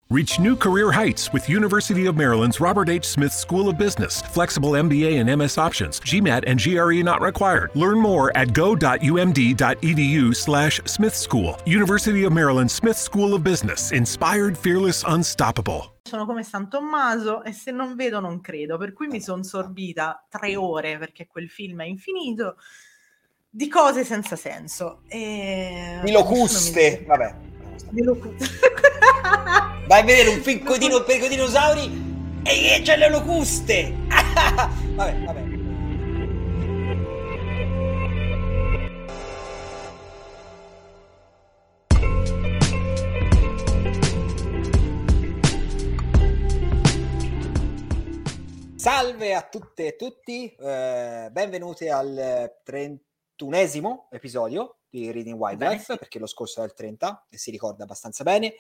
Reach new career heights with University of Maryland's Robert H. Smith School of Business. Flexible MBA and MS options. GMAT and GRE not required. Learn more at go.umd.edu/Smith School. University of Maryland Smith School of Business. Inspired, fearless, unstoppable. Sono come San Tommaso e se non vedo non credo, per cui mi sono sorbita 3 ore, perché quel film è infinito, di cose senza senso. Di locuste, vabbè. Di locuste. Vai a vedere un film per i dinosauri e c'è le locuste. Vabbè. Salve a tutte e tutti, benvenuti al 31esimo episodio di Reading Wildlife, perché lo scorso era il 30 e si ricorda abbastanza bene.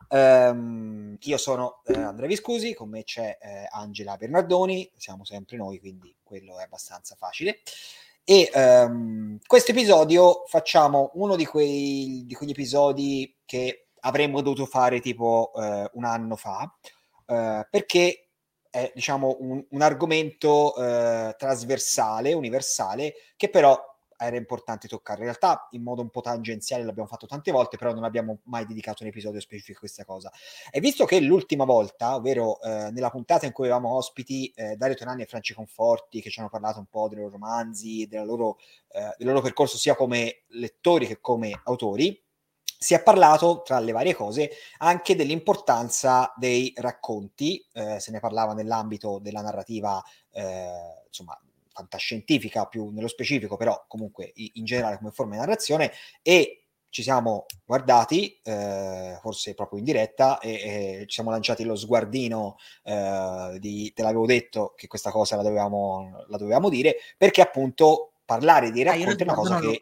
Io sono Andrea Viscusi, con me c'è Angela Bernardoni, siamo sempre noi, quindi quello è abbastanza facile. E questo episodio facciamo uno di quegli episodi che avremmo dovuto fare tipo un anno fa, perché è diciamo un argomento trasversale, universale, che però era importante toccare. In realtà in modo un po' tangenziale l'abbiamo fatto tante volte, però non abbiamo mai dedicato un episodio specifico a questa cosa. E visto che l'ultima volta, ovvero nella puntata in cui avevamo ospiti Dario Tonani e Franci Conforti, che ci hanno parlato un po' dei loro romanzi, del loro percorso sia come lettori che come autori, si è parlato, tra le varie cose, anche dell'importanza dei racconti, se ne parlava nell'ambito della narrativa, insomma, fantascientifica più nello specifico, però comunque in generale come forma di narrazione, e ci siamo guardati, forse proprio in diretta, e ci siamo lanciati lo sguardino te l'avevo detto che questa cosa la dovevamo dire, perché appunto parlare di racconti è una cosa che...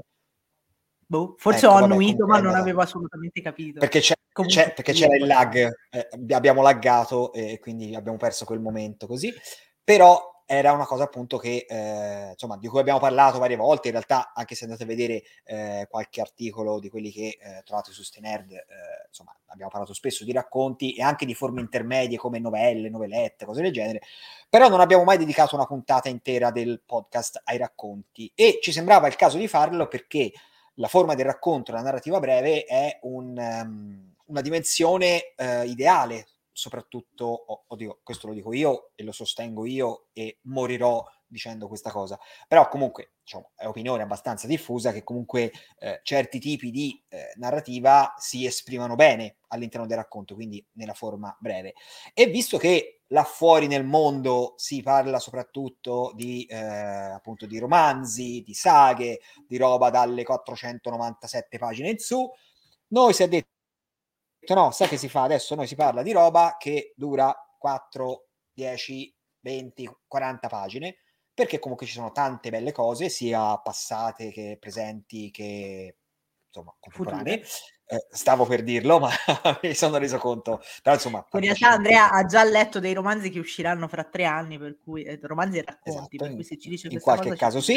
Forse ho annuito, ma non avevo assolutamente capito. Perché c'era il lag, abbiamo laggato e quindi abbiamo perso quel momento così, però era una cosa appunto che insomma di cui abbiamo parlato varie volte. In realtà, anche se andate a vedere qualche articolo di quelli che trovate su SteNerd, insomma abbiamo parlato spesso di racconti e anche di forme intermedie come novelle, novelette, cose del genere, però non abbiamo mai dedicato una puntata intera del podcast ai racconti, e ci sembrava il caso di farlo perché la forma del racconto, la narrativa breve, è una dimensione ideale, soprattutto, oddio, questo lo dico io e lo sostengo io e morirò dicendo questa cosa, però comunque diciamo, è opinione abbastanza diffusa che comunque certi tipi di narrativa si esprimano bene all'interno del racconto, quindi nella forma breve. E visto che là fuori nel mondo si parla soprattutto di appunto di romanzi, di saghe, di roba dalle 497 pagine in su, noi si è detto no, sai che si fa adesso? Noi si parla di roba che dura 4, 10, 20, 40 pagine, perché comunque ci sono tante belle cose, sia passate che presenti che insomma contemporanee. Stavo per dirlo, ma mi sono reso conto. Però insomma, in realtà Andrea ha già letto dei romanzi che usciranno fra 3 anni, per cui romanzi e racconti, esatto, per cui se ci dice in questa qualche cosa caso sì.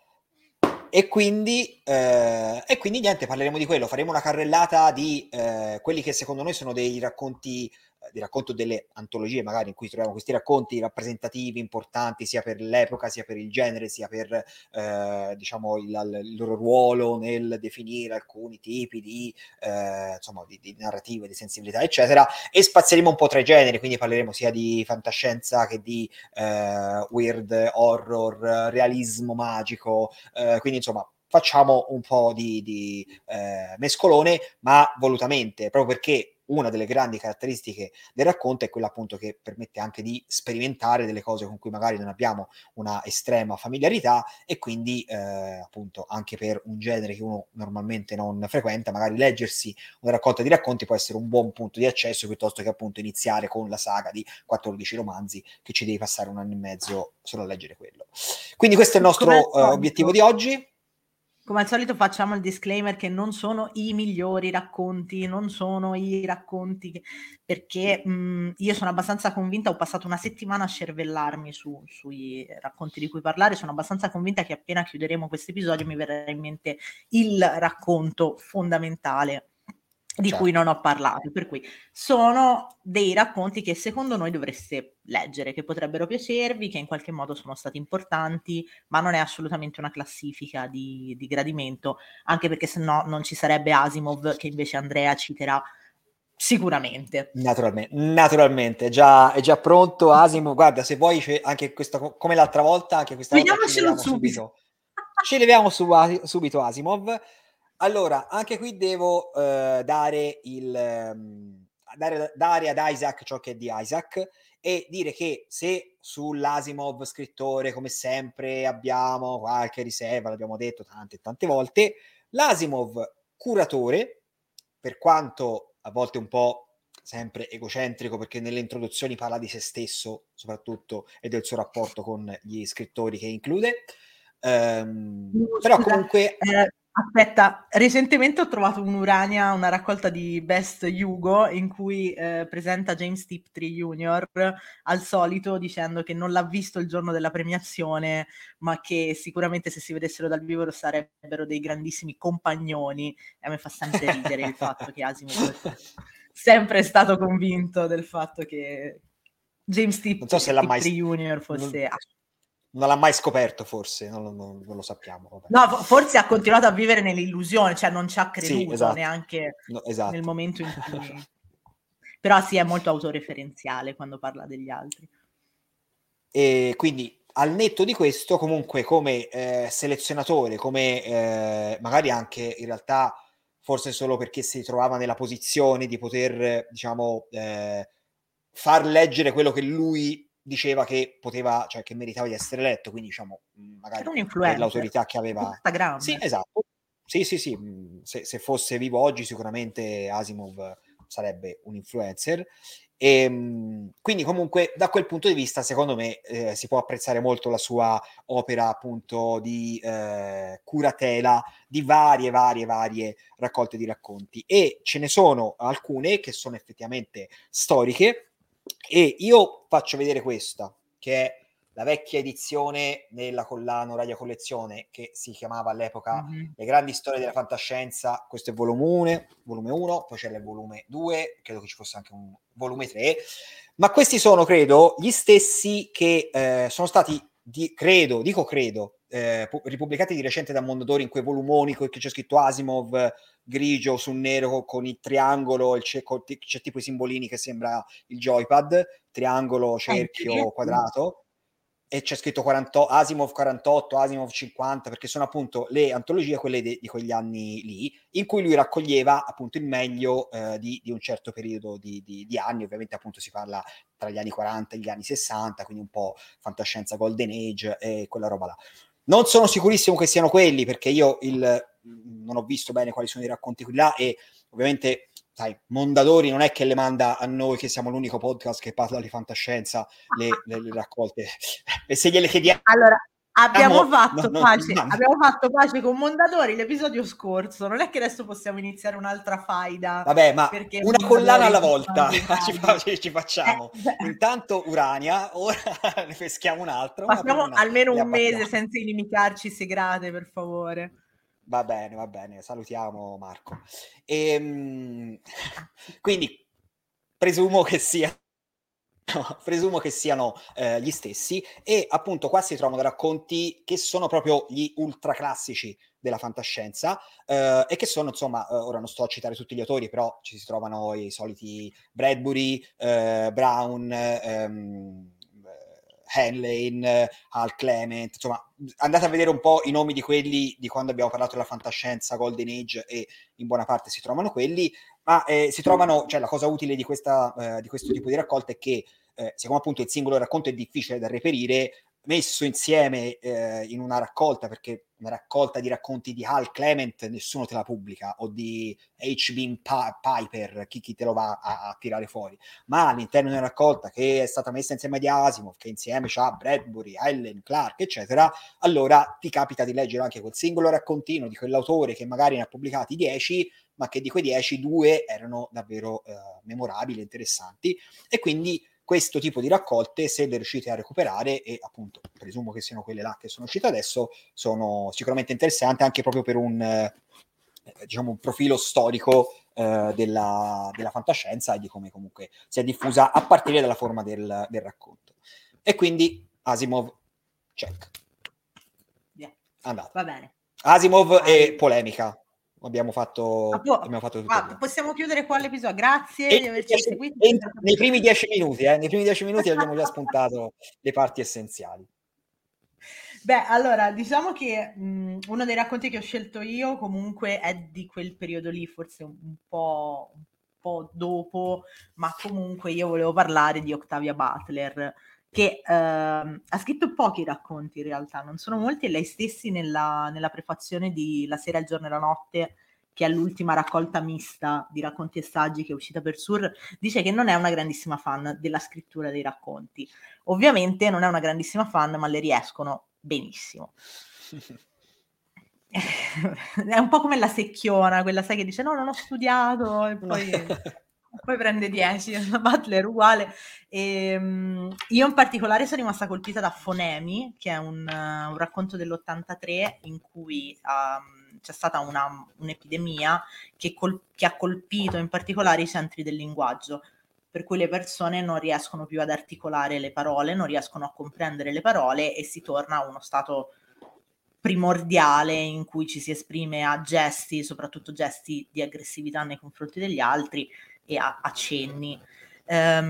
E quindi niente, parleremo di quello, faremo una carrellata di quelli che secondo noi sono dei racconti, di racconto delle antologie magari in cui troviamo questi racconti rappresentativi, importanti, sia per l'epoca, sia per il genere, sia per diciamo il loro ruolo nel definire alcuni tipi di insomma di narrative, di sensibilità, eccetera, e spazieremo un po' tra i generi, quindi parleremo sia di fantascienza che di weird horror, realismo magico, quindi insomma facciamo un po' di mescolone, ma volutamente, proprio perché una delle grandi caratteristiche del racconto è quella appunto che permette anche di sperimentare delle cose con cui magari non abbiamo una estrema familiarità, e quindi appunto anche per un genere che uno normalmente non frequenta, magari leggersi una raccolta di racconti può essere un buon punto di accesso, piuttosto che appunto iniziare con la saga di 14 romanzi che ci devi passare 1 anno e mezzo solo a leggere quello. Quindi questo è il nostro obiettivo di oggi. Come al solito facciamo il disclaimer che non sono i migliori racconti, non sono i racconti perché io sono abbastanza convinta, ho passato una settimana a cervellarmi sui racconti di cui parlare, sono abbastanza convinta che appena chiuderemo questo episodio mi verrà in mente il racconto fondamentale di cui non ho parlato, per cui sono dei racconti che secondo noi dovreste leggere, che potrebbero piacervi, che in qualche modo sono stati importanti, ma non è assolutamente una classifica di gradimento, anche perché sennò non ci sarebbe Asimov, che invece Andrea citerà sicuramente. Naturalmente, è già pronto Asimov. Guarda, se vuoi anche questa, come l'altra volta, anche questa volta ci leviamo subito. Ci leviamo subito Asimov. Allora, anche qui devo dare ad Isaac ciò che è di Isaac e dire che se sull'Asimov scrittore, come sempre, abbiamo qualche riserva, l'abbiamo detto tante volte, l'Asimov curatore, per quanto a volte un po' sempre egocentrico, perché nelle introduzioni parla di se stesso soprattutto e del suo rapporto con gli scrittori che include, però comunque aspetta, recentemente ho trovato un'Urania, una raccolta di Best Hugo in cui presenta James Tiptree Jr. al solito dicendo che non l'ha visto il giorno della premiazione, ma che sicuramente se si vedessero dal vivo sarebbero dei grandissimi compagnoni. E a me fa sempre ridere il fatto che Asimov è sempre stato convinto del fatto che James Tiptree Jr. fosse... Non l'ha mai scoperto, forse, non lo sappiamo. Vabbè. No, forse ha continuato a vivere nell'illusione, cioè non ci ha creduto, sì, esatto. neanche Esatto. nel momento in cui... Però sì, è molto autoreferenziale quando parla degli altri. E quindi, al netto di questo, comunque, come selezionatore, come magari anche, in realtà, forse solo perché si trovava nella posizione di poter, diciamo, far leggere quello che lui diceva che poteva, cioè che meritava di essere letto, quindi diciamo magari per l'autorità che aveva. Instagram. Sì, esatto. Sì. Se fosse vivo oggi sicuramente Asimov sarebbe un influencer. E quindi comunque da quel punto di vista secondo me si può apprezzare molto la sua opera appunto di curatela di varie raccolte di racconti, e ce ne sono alcune che sono effettivamente storiche. E io faccio vedere questa, che è la vecchia edizione nella collana Radio Collezione, che si chiamava all'epoca Le grandi storie della fantascienza. Questo è volume 1, poi c'era il volume 2, credo che ci fosse anche un volume 3, ma questi sono, credo, gli stessi che sono stati, credo, ripubblicati di recente da Mondadori in quei volumoni che c'è scritto Asimov grigio su nero con il triangolo, c'è tipo i simbolini che sembra il joypad, triangolo, cerchio, quadrato, e c'è scritto Asimov 48, Asimov 50, perché sono appunto le antologie, quelle di quegli anni lì, in cui lui raccoglieva appunto il meglio di un certo periodo di anni. Ovviamente appunto si parla tra gli anni 40 e gli anni 60, quindi un po' fantascienza Golden Age e quella roba là. Non sono sicurissimo che siano quelli, perché io non ho visto bene quali sono i racconti qui là, e ovviamente sai, Mondadori non è che le manda a noi che siamo l'unico podcast che parla di fantascienza le raccolte, e se gliele chiediamo, allora abbiamo fatto pace con Mondadori l'episodio scorso, non è che adesso possiamo iniziare un'altra faida. Vabbè, ma una collana alla volta ci facciamo. Intanto Urania, ora ne peschiamo un'altra. Facciamo almeno un mese senza inimicarci segrate, per favore. Va bene, salutiamo Marco. Quindi presumo che siano gli stessi, e appunto qua si trovano racconti che sono proprio gli ultra classici della fantascienza, e che sono, insomma, ora non sto a citare tutti gli autori, però ci si trovano i soliti Bradbury, Brown, Henley, Hal Clement, insomma andate a vedere un po' i nomi di quelli di quando abbiamo parlato della fantascienza Golden Age, e in buona parte si trovano quelli, ma si trovano, cioè la cosa utile di questo tipo di raccolta è che siccome appunto il singolo racconto è difficile da reperire, messo insieme in una raccolta, perché una raccolta di racconti di Hal Clement nessuno te la pubblica, o di H.B. Piper, chi te lo va a tirare fuori, ma all'interno di una raccolta che è stata messa insieme di Asimov, che insieme c'ha Bradbury, Allen, Clark, eccetera, allora ti capita di leggere anche quel singolo raccontino di quell'autore che magari ne ha pubblicati 10, ma che di quei 10, 2 erano davvero memorabili, interessanti. E quindi questo tipo di raccolte, se le riuscite a recuperare, e appunto presumo che siano quelle là che sono uscite adesso, sono sicuramente interessanti, anche proprio per un diciamo un profilo storico della fantascienza e di come comunque si è diffusa a partire dalla forma del racconto. E quindi Asimov, check. Andato. Va bene. Asimov e polemica. Abbiamo fatto tutto. Possiamo chiudere qua l'episodio. Grazie di averci seguito. Nei primi 10 minuti, abbiamo già spuntato le parti essenziali. Beh, allora, diciamo che uno dei racconti che ho scelto io comunque è di quel periodo lì, forse un po' dopo, ma comunque io volevo parlare di Octavia Butler, che ha scritto pochi racconti in realtà, non sono molti, e lei stessi nella prefazione di La sera, il giorno e la notte, che è l'ultima raccolta mista di racconti e saggi che è uscita per Sur, dice che non è una grandissima fan della scrittura dei racconti. Ovviamente non è una grandissima fan, ma le riescono benissimo. È un po' come la secchiona, quella sai che dice no, non ho studiato e poi prende 10. La Butler uguale. Io in particolare sono rimasta colpita da Fonemi, che è un racconto dell'83 in cui c'è stata un'epidemia che ha colpito in particolare i centri del linguaggio, per cui le persone non riescono più ad articolare le parole, non riescono a comprendere le parole e si torna a uno stato primordiale in cui ci si esprime a gesti, soprattutto gesti di aggressività nei confronti degli altri e a cenni. È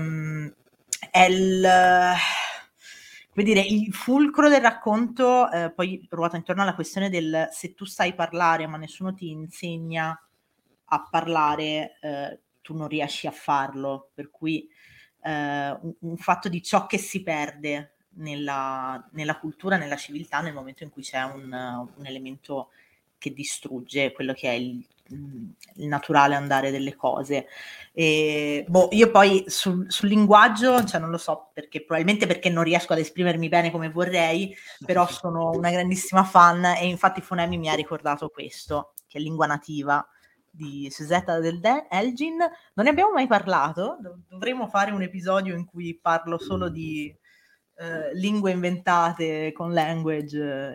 il fulcro del racconto, poi ruota intorno alla questione del se tu sai parlare ma nessuno ti insegna a parlare, tu non riesci a farlo, per cui un fatto di ciò che si perde nella cultura, nella civiltà, nel momento in cui c'è un elemento che distrugge quello che è il naturale andare delle cose. Io poi sul linguaggio, cioè non lo so perché, probabilmente perché non riesco ad esprimermi bene come vorrei, però sono una grandissima fan e infatti Fonemi mi ha ricordato questo, che è lingua nativa di Susetta del Elgin. Non ne abbiamo mai parlato, dovremmo fare un episodio in cui parlo solo di lingue inventate con language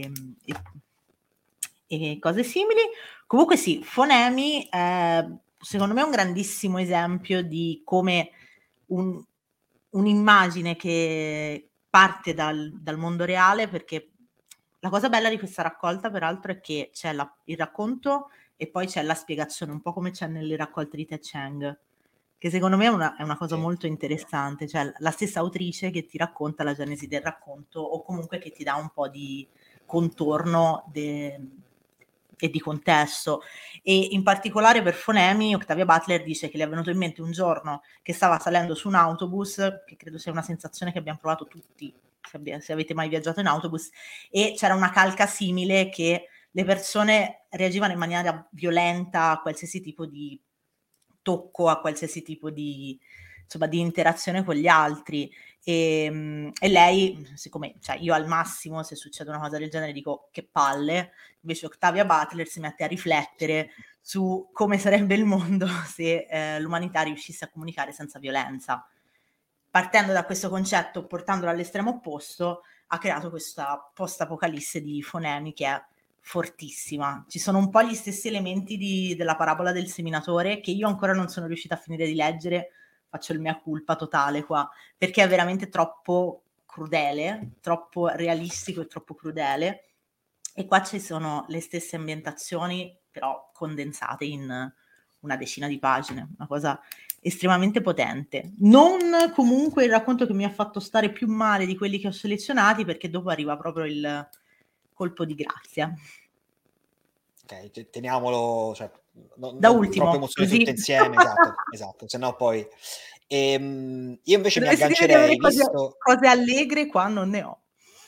e cose simili. Comunque sì, Fonemi secondo me è un grandissimo esempio di come un'immagine che parte dal mondo reale, perché la cosa bella di questa raccolta peraltro è che c'è il racconto e poi c'è la spiegazione, un po' come c'è nelle raccolte di Te Chang, che secondo me è una cosa molto interessante, cioè la stessa autrice che ti racconta la genesi del racconto o comunque che ti dà un po' di contorno e di contesto. E in particolare per Fonemi, Octavia Butler dice che le è venuto in mente un giorno che stava salendo su un autobus, che credo sia una sensazione che abbiamo provato tutti se avete mai viaggiato in autobus, e c'era una calca simile che le persone reagivano in maniera violenta a qualsiasi tipo di tocco, a qualsiasi tipo di interazione con gli altri. E lei, siccome io al massimo se succede una cosa del genere dico che palle, invece Octavia Butler si mette a riflettere su come sarebbe il mondo se l'umanità riuscisse a comunicare senza violenza. Partendo da questo concetto, portandolo all'estremo opposto, ha creato questa post-apocalisse di Fonemi che è fortissima. Ci sono un po' gli stessi elementi della parabola del seminatore che io ancora non sono riuscita a finire di leggere, faccio il mea culpa totale qua, perché è veramente troppo crudele, troppo realistico e troppo crudele, e qua ci sono le stesse ambientazioni però condensate in una decina di pagine, una cosa estremamente potente. Non comunque il racconto che mi ha fatto stare più male di quelli che ho selezionati, perché dopo arriva proprio il colpo di grazia. Ok, teniamolo, cioè, da ultimo, troppe emozioni così. tutte insieme, esatto, se no poi io invece mi Dovresti aggancerei, cose allegre, qua non ne ho.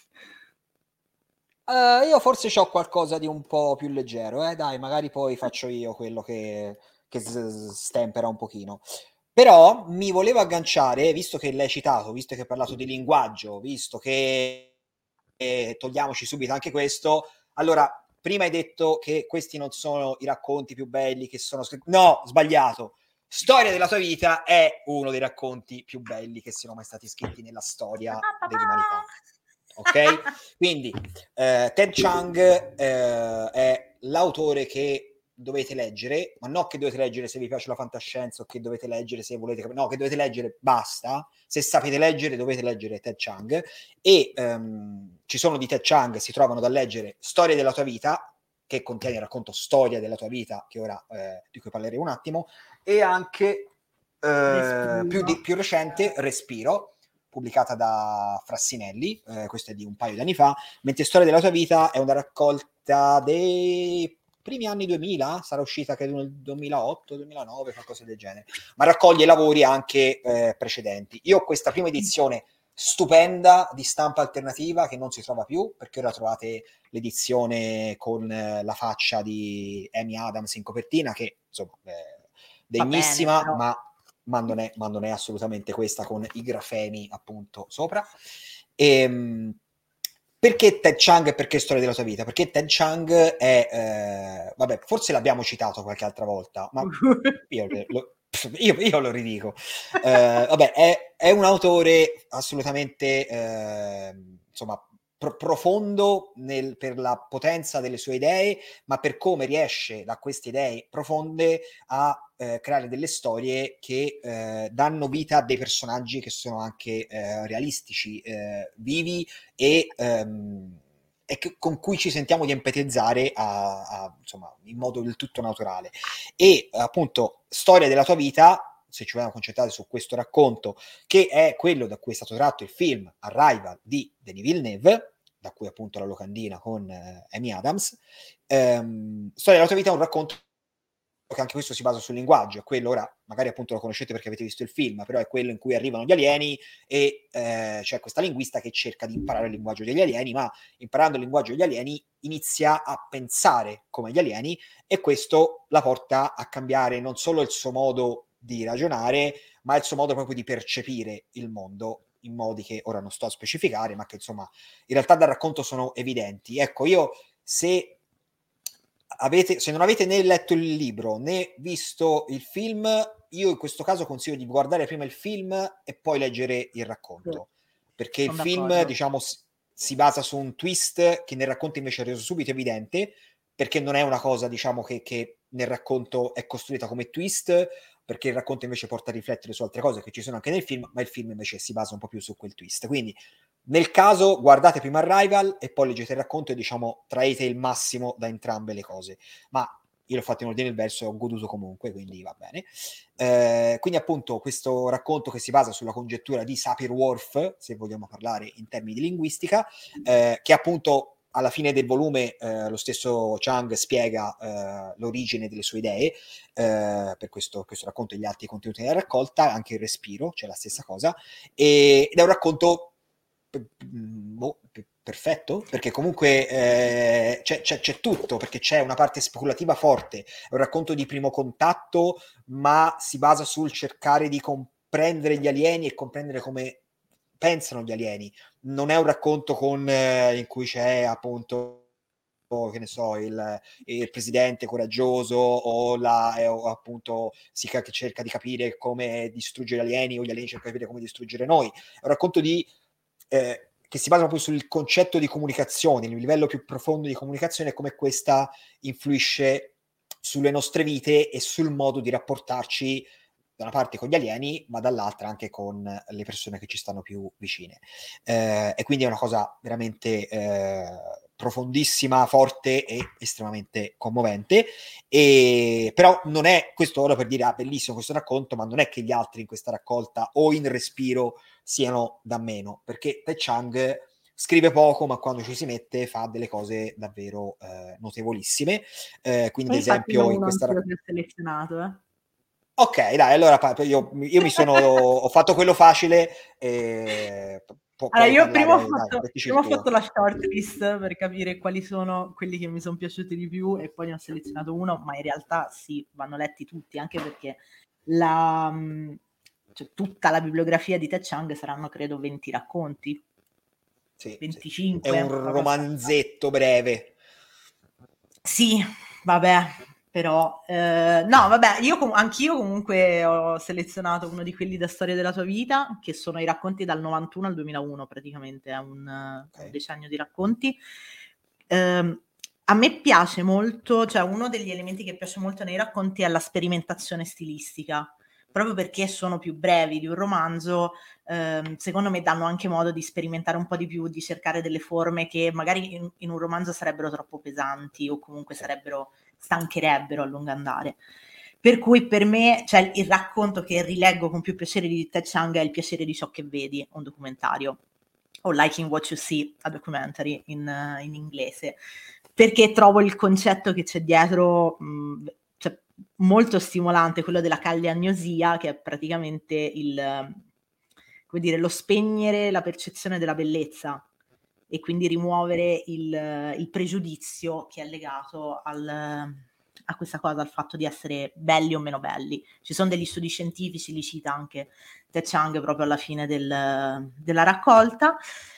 Io forse ho qualcosa di un po' più leggero, dai, magari poi faccio io quello che stempera un pochino. Però mi volevo agganciare, visto che l'hai citato, visto che hai parlato di linguaggio, visto che togliamoci subito anche questo, allora, prima hai detto che questi non sono i racconti più belli che sono scritti. No, sbagliato. Storia della tua vita è uno dei racconti più belli che siano mai stati scritti nella storia dell'umanità. Ok? Quindi Ted Chiang è l'autore che dovete leggere, ma non che dovete leggere se vi piace la fantascienza o che dovete leggere se volete, no, che dovete leggere, basta. Se sapete leggere dovete leggere Ted Chiang, e ci sono di Ted Chiang, si trovano da leggere Storia della tua vita, che contiene il racconto Storia della tua vita, che ora di cui parleremo un attimo, e anche più recente Respiro, pubblicata da Frassinelli, questo è di un paio di anni fa, mentre Storia della tua vita è una raccolta dei primi anni 2000, sarà uscita credo nel 2008-2009, qualcosa del genere, ma raccoglie lavori anche precedenti. Io ho questa prima edizione stupenda di stampa alternativa che non si trova più, perché ora trovate l'edizione con la faccia di Amy Adams in copertina, che insomma degnissima, ma non è assolutamente questa con i grafemi appunto sopra. Perché Ted Chiang e perché Storia della tua vita? Perché Ted Chiang è vabbè, forse l'abbiamo citato qualche altra volta, ma io lo ridico. Vabbè, è un autore assolutamente insomma profondo per la potenza delle sue idee, ma per come riesce da queste idee profonde a creare delle storie che danno vita a dei personaggi che sono anche realistici, vivi e con cui ci sentiamo di empatizzare insomma, in modo del tutto naturale. E appunto Storia della tua vita, se ci vogliamo concentrare su questo racconto, che è quello da cui è stato tratto il film Arrival di Denis Villeneuve, da cui appunto la locandina con Amy Adams. Storia della tua vita è un racconto che anche questo si basa sul linguaggio, è quello, ora magari appunto lo conoscete perché avete visto il film, però è quello in cui arrivano gli alieni e c'è questa linguista che cerca di imparare il linguaggio degli alieni, ma imparando il linguaggio degli alieni inizia a pensare come gli alieni, e questo la porta a cambiare non solo il suo modo di ragionare, ma il suo modo proprio di percepire il mondo in modi che ora non sto a specificare, ma che insomma in realtà dal racconto sono evidenti. Ecco, io se non avete né letto il libro né visto il film, io in questo caso consiglio di guardare prima il film e poi leggere il racconto, perché il film, diciamo, si basa su un twist che nel racconto invece è reso subito evidente, perché non è una cosa, diciamo, che nel racconto è costruita come twist, perché il racconto invece porta a riflettere su altre cose che ci sono anche nel film, ma il film invece si basa un po' più su quel twist. Quindi nel caso guardate prima Arrival e poi leggete il racconto e diciamo traete il massimo da entrambe le cose, ma io l'ho fatto in ordine inverso e ho goduto comunque, quindi va bene. Quindi appunto questo racconto che si basa sulla congettura di Sapir-Whorf, se vogliamo parlare in termini di linguistica, che appunto alla fine del volume lo stesso Chiang spiega l'origine delle sue idee per questo racconto e gli altri contenuti della raccolta, anche il respiro, c'è la stessa cosa, ed è un racconto perfetto, perché comunque c'è tutto, perché c'è una parte speculativa forte, è un racconto di primo contatto, ma si basa sul cercare di comprendere gli alieni e comprendere come pensano gli alieni. Non è un racconto in cui c'è appunto, che ne so, il presidente coraggioso o appunto che cerca di capire come distruggere gli alieni o gli alieni cercano di capire come distruggere noi. È un racconto che si basa proprio sul concetto di comunicazione, il livello più profondo di comunicazione e come questa influisce sulle nostre vite e sul modo di rapportarci da una parte con gli alieni, ma dall'altra anche con le persone che ci stanno più vicine. E quindi è una cosa veramente profondissima, forte e estremamente commovente. Però non è questo ora per dire bellissimo questo racconto, ma non è che gli altri in questa raccolta o in respiro siano da meno, perché Ted Chiang scrive poco, ma quando ci si mette fa delle cose davvero notevolissime. Quindi ad esempio in questa raccolta selezionato ok, dai, allora io mi sono ho fatto quello facile allora io prima ho fatto la shortlist per capire quali sono quelli che mi sono piaciuti di più e poi ne ho selezionato uno, ma in realtà sì, vanno letti tutti, anche perché tutta la bibliografia di Ted Chiang saranno credo 20 racconti, sì, 25. È un romanzetto breve. Sì, vabbè, però no, vabbè, anch'io comunque ho selezionato uno di quelli da Storia della tua vita, che sono i racconti dal 91 al 2001, praticamente è un decennio di racconti. A me piace molto, cioè uno degli elementi che piace molto nei racconti è la sperimentazione stilistica, proprio perché sono più brevi di un romanzo, secondo me danno anche modo di sperimentare un po' di più, di cercare delle forme che magari in un romanzo sarebbero troppo pesanti o comunque stancherebbero a lungo andare. Per cui per me, cioè il racconto che rileggo con più piacere di Ted Chiang è Il piacere di ciò che vedi, un documentario, o Liking What You See, a documentary in inglese, perché trovo il concetto che c'è dietro cioè, molto stimolante, quello della cagliagnosia, che è praticamente come dire, lo spegnere la percezione della bellezza e quindi rimuovere il pregiudizio che è legato a questa cosa, al fatto di essere belli o meno belli. Ci sono degli studi scientifici, li cita anche Te Chang proprio alla fine della raccolta,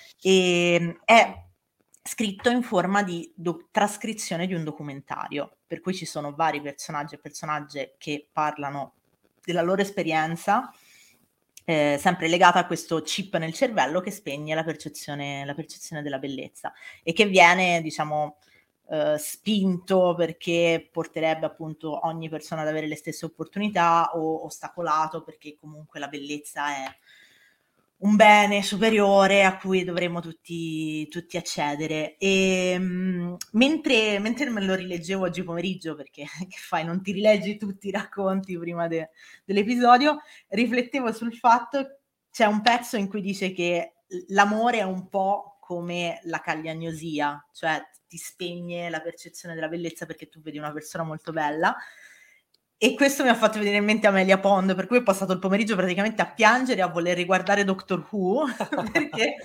e è scritto in forma di trascrizione di un documentario, per cui ci sono vari personaggi e personagge che parlano della loro esperienza, sempre legata a questo chip nel cervello che spegne la percezione della bellezza e che viene, diciamo, spinto perché porterebbe appunto ogni persona ad avere le stesse opportunità, o ostacolato perché comunque la bellezza è un bene superiore a cui dovremmo tutti accedere. E mentre me lo rileggevo oggi pomeriggio, perché che fai, non ti rileggi tutti i racconti prima dell'episodio, riflettevo sul fatto, c'è un pezzo in cui dice che l'amore è un po' come la cagliagnosia, cioè ti spegne la percezione della bellezza perché tu vedi una persona molto bella. E questo mi ha fatto venire in mente Amelia Pond, per cui ho passato il pomeriggio praticamente a piangere, a voler riguardare Doctor Who, perché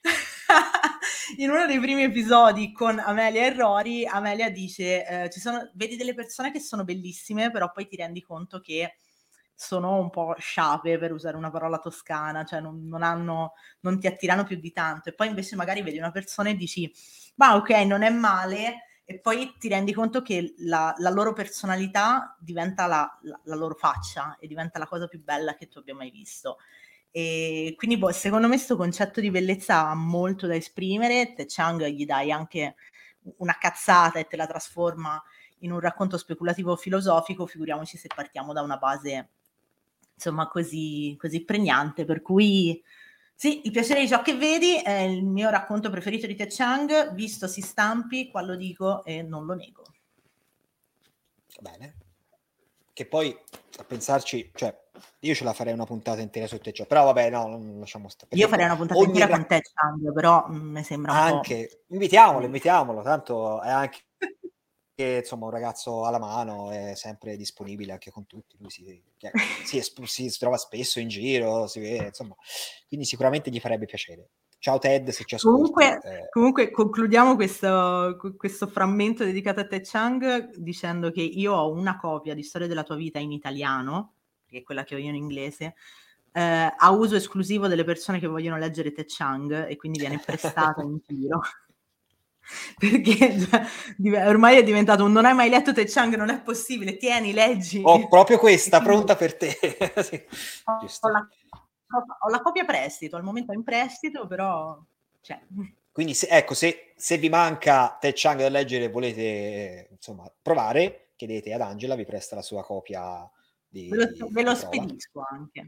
in uno dei primi episodi con Amelia e Rory, Amelia dice, vedi delle persone che sono bellissime, però poi ti rendi conto che sono un po' sciape, per usare una parola toscana, cioè non ti attirano più di tanto. E poi invece magari vedi una persona e dici, ma ok, non è male, e poi ti rendi conto che la loro personalità diventa la loro faccia e diventa la cosa più bella che tu abbia mai visto. E quindi secondo me questo concetto di bellezza ha molto da esprimere. Te Chang gli dai anche una cazzata e te la trasforma in un racconto speculativo filosofico, figuriamoci se partiamo da una base insomma così pregnante, per cui sì, Il piacere di ciò che vedi è il mio racconto preferito di Te Chang, visto si stampi, qua lo dico e non lo nego. Bene. Che poi, a pensarci, cioè, io ce la farei una puntata intera su Te Chang, però vabbè, no, non lasciamo stare. Io farei una puntata intera con Te Chang, però mi sembra un anche, po'... invitiamolo, tanto è anche che insomma un ragazzo alla mano, è sempre disponibile anche con tutti, lui si trova spesso in giro, si vede, insomma, quindi sicuramente gli farebbe piacere. Ciao Ted, se ci ascolti. Comunque concludiamo questo frammento dedicato a Te Chang dicendo che io ho una copia di Storia della tua vita in italiano, che è quella che ho io in inglese, a uso esclusivo delle persone che vogliono leggere Te Chang, e quindi viene prestata in giro. Perché ormai è diventato un non hai mai letto Te Chang, non è possibile, tieni, leggi. Ho proprio questa pronta per te. Sì, ho la copia prestito, al momento è in prestito, però c'è. Quindi se vi manca Te Chang da leggere e volete insomma provare, chiedete ad Angela, vi presta la sua copia ve lo spedisco anche.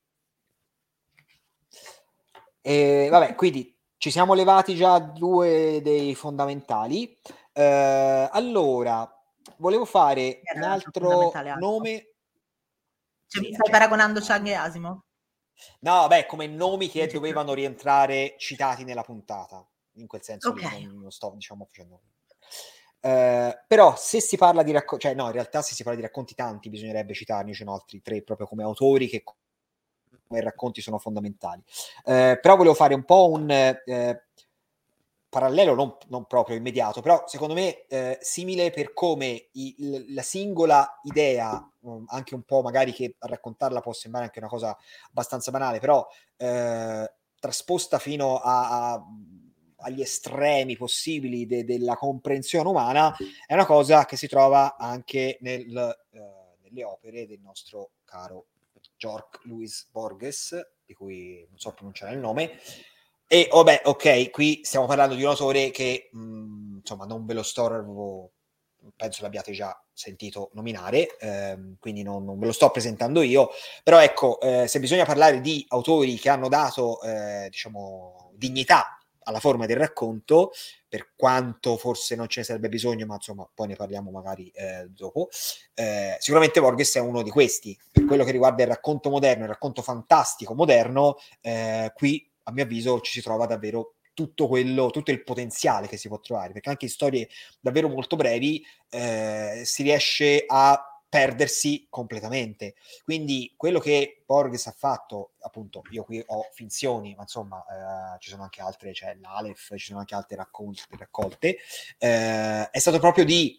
E vabbè, quindi ci siamo levati già due dei fondamentali. Allora, volevo fare un altro nome. Cioè, mi stai paragonando Chang e Asimov? No, beh, come nomi che dovevano rientrare citati nella puntata. In quel senso non sto, diciamo, facendo... però se si parla di racconti, cioè no, in realtà se si parla di racconti tanti bisognerebbe citarne, ce ne sono altri tre proprio come autori che come racconti sono fondamentali. Però volevo fare un po' un parallelo, non proprio immediato, però secondo me simile per come la singola idea, anche un po' magari che a raccontarla può sembrare anche una cosa abbastanza banale, però trasposta fino agli estremi possibili della comprensione umana, è una cosa che si trova anche nelle opere del nostro caro Jorge Luis Borges, di cui non so pronunciare il nome. E vabbè, ok, qui stiamo parlando di un autore che insomma non ve lo sto, penso l'abbiate già sentito nominare, quindi non ve lo sto presentando io, però ecco, se bisogna parlare di autori che hanno dato diciamo dignità alla forma del racconto, per quanto forse non ce ne sarebbe bisogno, ma insomma poi ne parliamo magari dopo, sicuramente Borges è uno di questi. Per quello che riguarda il racconto moderno, il racconto fantastico moderno, qui a mio avviso ci si trova davvero tutto il potenziale che si può trovare, perché anche in storie davvero molto brevi si riesce a perdersi completamente. Quindi quello che Borges ha fatto, appunto, io qui ho finzioni, ma insomma ci sono anche altre, c'è l'Aleph, ci sono anche altre raccolte, è stato proprio di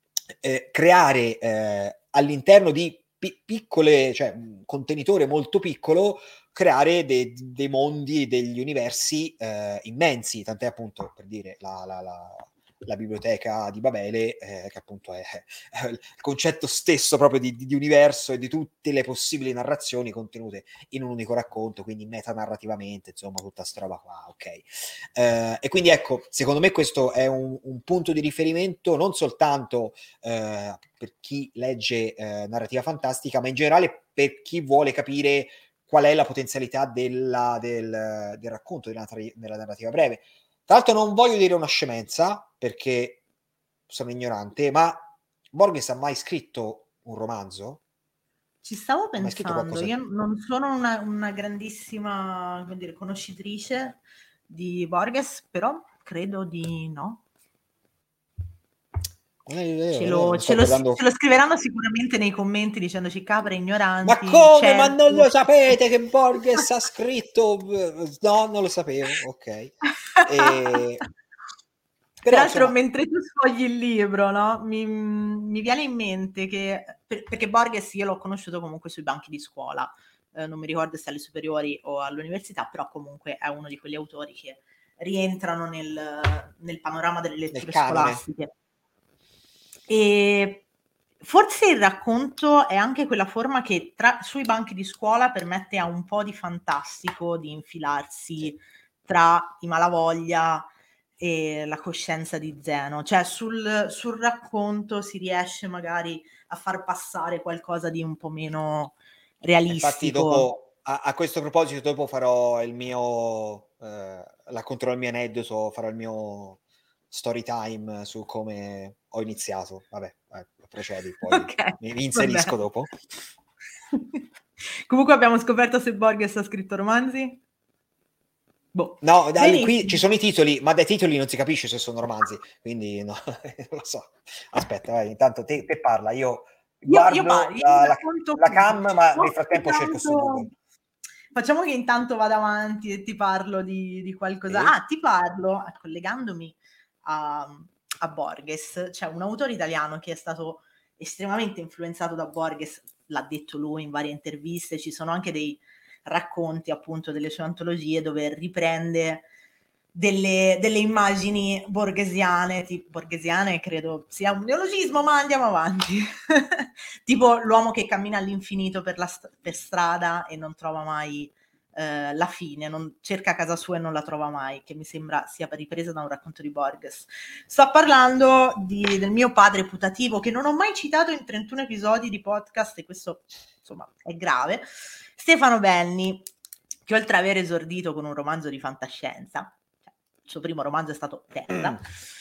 creare all'interno di piccole, cioè un contenitore molto piccolo, creare dei mondi, degli universi immensi, tant'è appunto, per dire, la biblioteca di Babele, che appunto è il concetto stesso proprio di universo e di tutte le possibili narrazioni contenute in un unico racconto, quindi metanarrativamente, insomma, tutta sta roba qua, ok. E quindi ecco, secondo me questo è un punto di riferimento non soltanto per chi legge narrativa fantastica, ma in generale per chi vuole capire qual è la potenzialità del racconto, della narrativa breve. Tra l'altro non voglio dire una scemenza, perché sono ignorante, ma Borges ha mai scritto un romanzo? Ci stavo Ha mai scritto pensando, qualcosa? io non sono una grandissima, come dire, conoscitrice di Borges, però credo di no. Ce lo scriveranno sicuramente nei commenti dicendoci capre ignoranti. Ma come? certo. Ma non lo sapete che Borges ha scritto? No, non lo sapevo, ok. Però, Peraltro, insomma, mentre tu sfogli il libro, no, mi viene in mente che, perché Borges io l'ho conosciuto comunque sui banchi di scuola, non mi ricordo se alle superiori o all'università, però comunque è uno di quegli autori che rientrano nel panorama delle letture scolastiche. E forse il racconto è anche quella forma che sui banchi di scuola permette a un po' di fantastico di infilarsi tra i Malavoglia e la coscienza di Zeno, cioè sul racconto si riesce magari a far passare qualcosa di un po' meno realistico. Infatti dopo, a questo proposito, dopo farò il mio, racconterò il mio aneddoto, farò il mio story time su come ho iniziato. Vabbè, procedi, poi Okay, mi inserisco dopo. Comunque abbiamo scoperto se Borges ha scritto romanzi? Boh. No, qui ci sono i titoli, ma dai titoli non si capisce se sono romanzi, quindi no, non lo so. Aspetta, vai, intanto te parla, io guardo la cam, ma nel frattempo cerco su Google. Facciamo che intanto vado avanti e ti parlo di qualcosa. Ti parlo, collegandomi a Borges, c'è un autore italiano che è stato estremamente influenzato da Borges, l'ha detto lui in varie interviste, ci sono anche dei racconti appunto delle sue antologie dove riprende delle immagini borghesiane, credo sia un neologismo, ma andiamo avanti. Tipo l'uomo che cammina all'infinito per strada e non trova mai la fine, non cerca casa sua e non la trova mai, che mi sembra sia ripresa da un racconto di Borges. Sto parlando del mio padre putativo, che non ho mai citato in 31 episodi di podcast, e questo insomma è grave. Stefano Benni, che oltre ad aver esordito con un romanzo di fantascienza, il suo primo romanzo è stato Terra,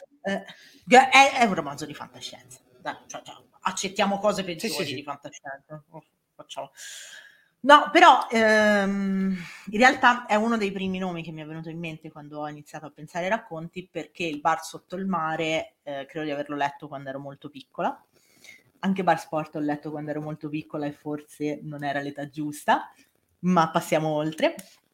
è un romanzo di fantascienza. Dai, cioè, accettiamo cose peggiori di fantascienza. Facciamo. No, però in realtà è uno dei primi nomi che mi è venuto in mente quando ho iniziato a pensare ai racconti, perché Il bar sotto il mare credo di averlo letto quando ero molto piccola. Anche Bar Sport ho letto quando ero molto piccola e forse non era l'età giusta, ma passiamo oltre.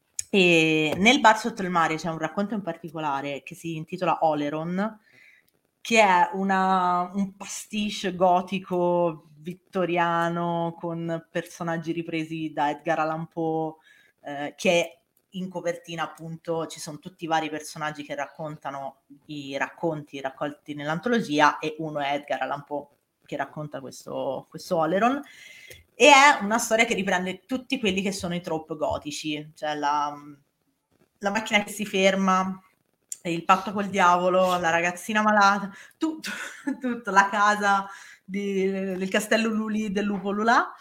E nel Bar sotto il mare c'è un racconto in particolare che si intitola Oleron, che è un pastiche gotico vittoriano con personaggi ripresi da Edgar Allan Poe, che in copertina appunto ci sono tutti i vari personaggi che raccontano i racconti raccolti nell'antologia, e uno è Edgar Allan Poe che racconta questo Oleron, e è una storia che riprende tutti quelli che sono i trope gotici, cioè la macchina che si ferma, Il patto col diavolo, la ragazzina malata, tutto, la casa del castello Luli del lupo Lulà,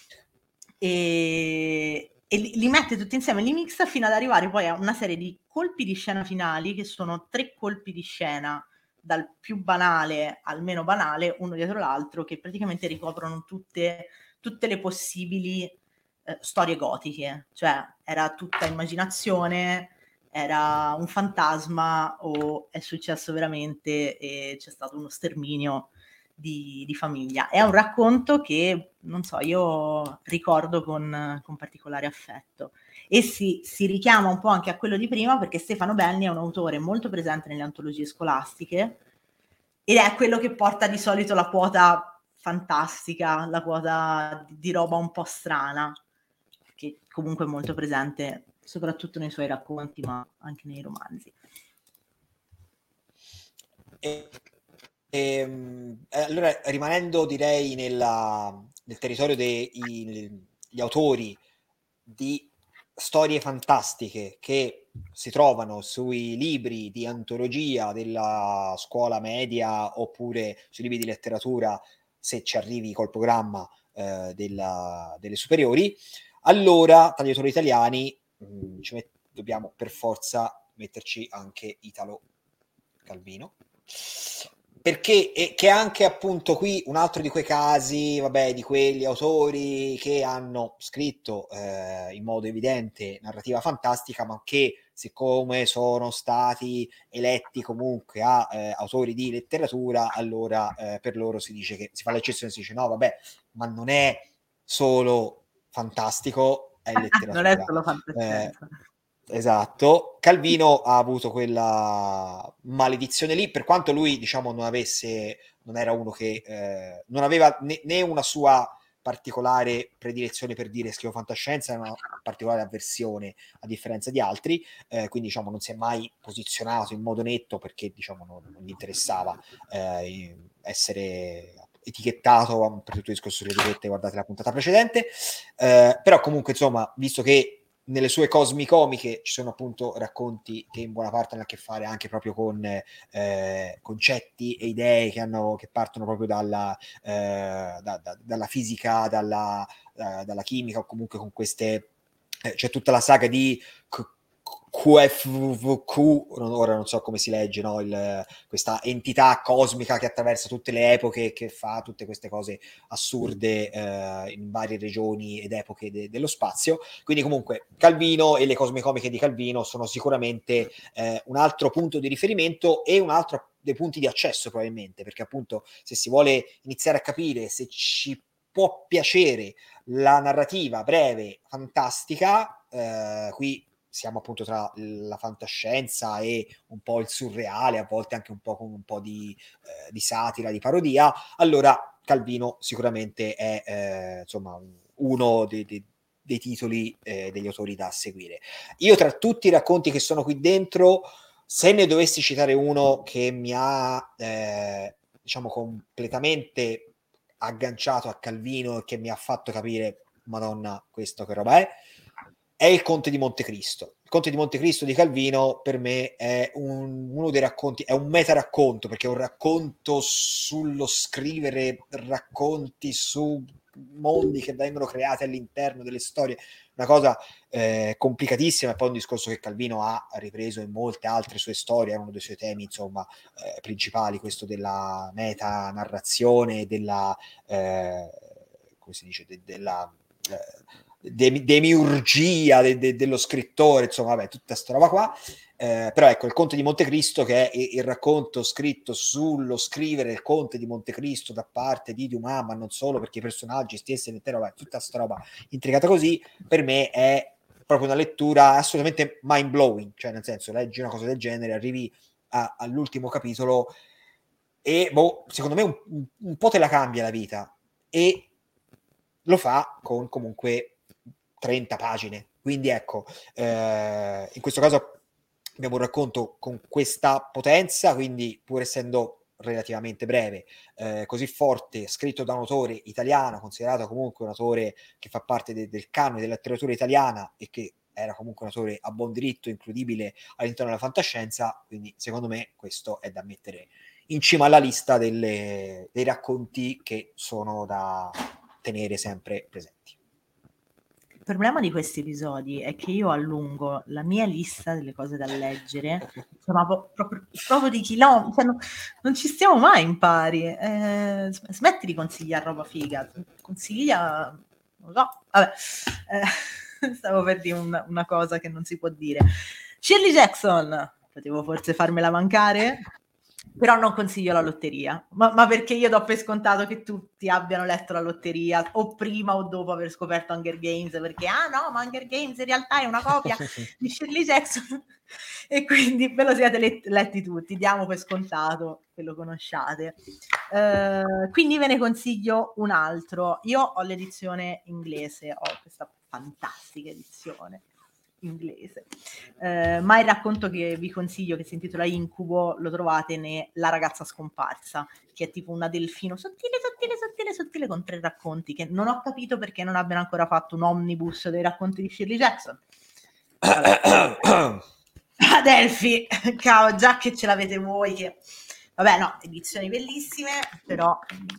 e li mette tutti insieme, li mixa fino ad arrivare poi a una serie di colpi di scena finali, che sono 3 colpi di scena, dal più banale al meno banale, uno dietro l'altro, che praticamente ricoprono tutte le possibili storie gotiche, cioè era tutta immaginazione, era un fantasma o è successo veramente e c'è stato uno sterminio di famiglia. È un racconto che, non so, io ricordo con particolare affetto, e si richiama un po' anche a quello di prima, perché Stefano Belli è un autore molto presente nelle antologie scolastiche ed è quello che porta di solito la quota fantastica, la quota di roba un po' strana, che comunque è molto presente soprattutto nei suoi racconti, ma anche nei romanzi. Allora, rimanendo direi nel territorio degli autori di storie fantastiche che si trovano sui libri di antologia della scuola media oppure sui libri di letteratura, se ci arrivi col programma delle superiori, allora tra gli autori italiani dobbiamo per forza metterci anche Italo Calvino, perché che anche appunto qui un altro di quei casi, vabbè, di quegli autori che hanno scritto in modo evidente narrativa fantastica, ma che siccome sono stati eletti comunque a autori di letteratura, allora per loro si dice che si fa l'eccezione, si dice no, vabbè, ma non è solo fantastico, è letteratura. Non è solo fantascienza. Esatto. Calvino ha avuto quella maledizione lì, per quanto lui, diciamo, non era uno che non aveva né una sua particolare predilezione per dire scrivo fantascienza, una particolare avversione a differenza di altri, quindi diciamo non si è mai posizionato in modo netto perché diciamo non gli interessava essere etichettato, per tutto il discorso delle etichette, guardate la puntata precedente, però comunque insomma, visto che nelle sue cosmi comiche ci sono appunto racconti che in buona parte hanno a che fare anche proprio con concetti e idee che partono proprio dalla fisica, dalla chimica, o comunque con queste c'è tutta la saga di QFVQ, ora non so come si legge, no? Questa entità cosmica che attraversa tutte le epoche, che fa tutte queste cose assurde in varie regioni ed epoche dello spazio. Quindi comunque Calvino e le cosme comiche di Calvino sono sicuramente un altro punto di riferimento e un altro dei punti di accesso probabilmente, perché appunto se si vuole iniziare a capire se ci può piacere la narrativa breve fantastica, qui siamo appunto tra la fantascienza e un po' il surreale, a volte anche un po' con un po' di satira, di parodia, allora Calvino sicuramente è insomma uno dei titoli degli autori da seguire. Io tra tutti i racconti che sono qui dentro, se ne dovessi citare uno che mi ha diciamo completamente agganciato a Calvino e che mi ha fatto capire Madonna, questo che roba è il Conte di Montecristo. Il Conte di Montecristo di Calvino per me è uno dei racconti, è un meta racconto, perché è un racconto sullo scrivere racconti su mondi che vengono creati all'interno delle storie, una cosa complicatissima, e poi un discorso che Calvino ha ripreso in molte altre sue storie, è uno dei suoi temi insomma principali, questo della meta narrazione, della come si dice, della demiurgia dello scrittore, insomma, vabbè, tutta sta roba qua. Però ecco, il Conte di Montecristo, che è il racconto scritto sullo scrivere il Conte di Montecristo da parte di Dumas, ma non solo, perché i personaggi stessi, vabbè, tutta sta roba intricata così, per me è proprio una lettura assolutamente mind blowing, cioè nel senso, leggi una cosa del genere, arrivi all'ultimo capitolo e secondo me un po' te la cambia la vita, e lo fa con comunque 30 pagine, quindi ecco, in questo caso abbiamo un racconto con questa potenza, quindi pur essendo relativamente breve, così forte, scritto da un autore italiano, considerato comunque un autore che fa parte del canone della letteratura italiana e che era comunque un autore a buon diritto, includibile all'interno della fantascienza, quindi secondo me questo è da mettere in cima alla lista dei racconti che sono da tenere sempre presenti. Il problema di questi episodi è che io allungo la mia lista delle cose da leggere, insomma, proprio di chilometri, cioè, non ci stiamo mai in pari. Smetti di consigliare roba figa, consiglia, non lo so, vabbè, stavo per dire una cosa che non si può dire. Shirley Jackson, potevo forse farmela mancare? Però non consiglio la lotteria, ma perché io do per scontato che tutti abbiano letto la lotteria o prima o dopo aver scoperto Hunger Games, perché no, ma Hunger Games in realtà è una copia di Shirley Jackson e quindi ve lo siete letti tutti, diamo per scontato che lo conosciate. Quindi ve ne consiglio un altro. Io ho l'edizione inglese, ho questa fantastica edizione inglese, ma il racconto che vi consiglio, che si intitola Incubo, lo trovate La ragazza scomparsa, che è tipo una delfino sottile con 3 racconti, che non ho capito perché non abbiano ancora fatto un omnibus dei racconti di Shirley Jackson. Adelphi, cavolo, già che ce l'avete voi, che vabbè, no, edizioni bellissime, però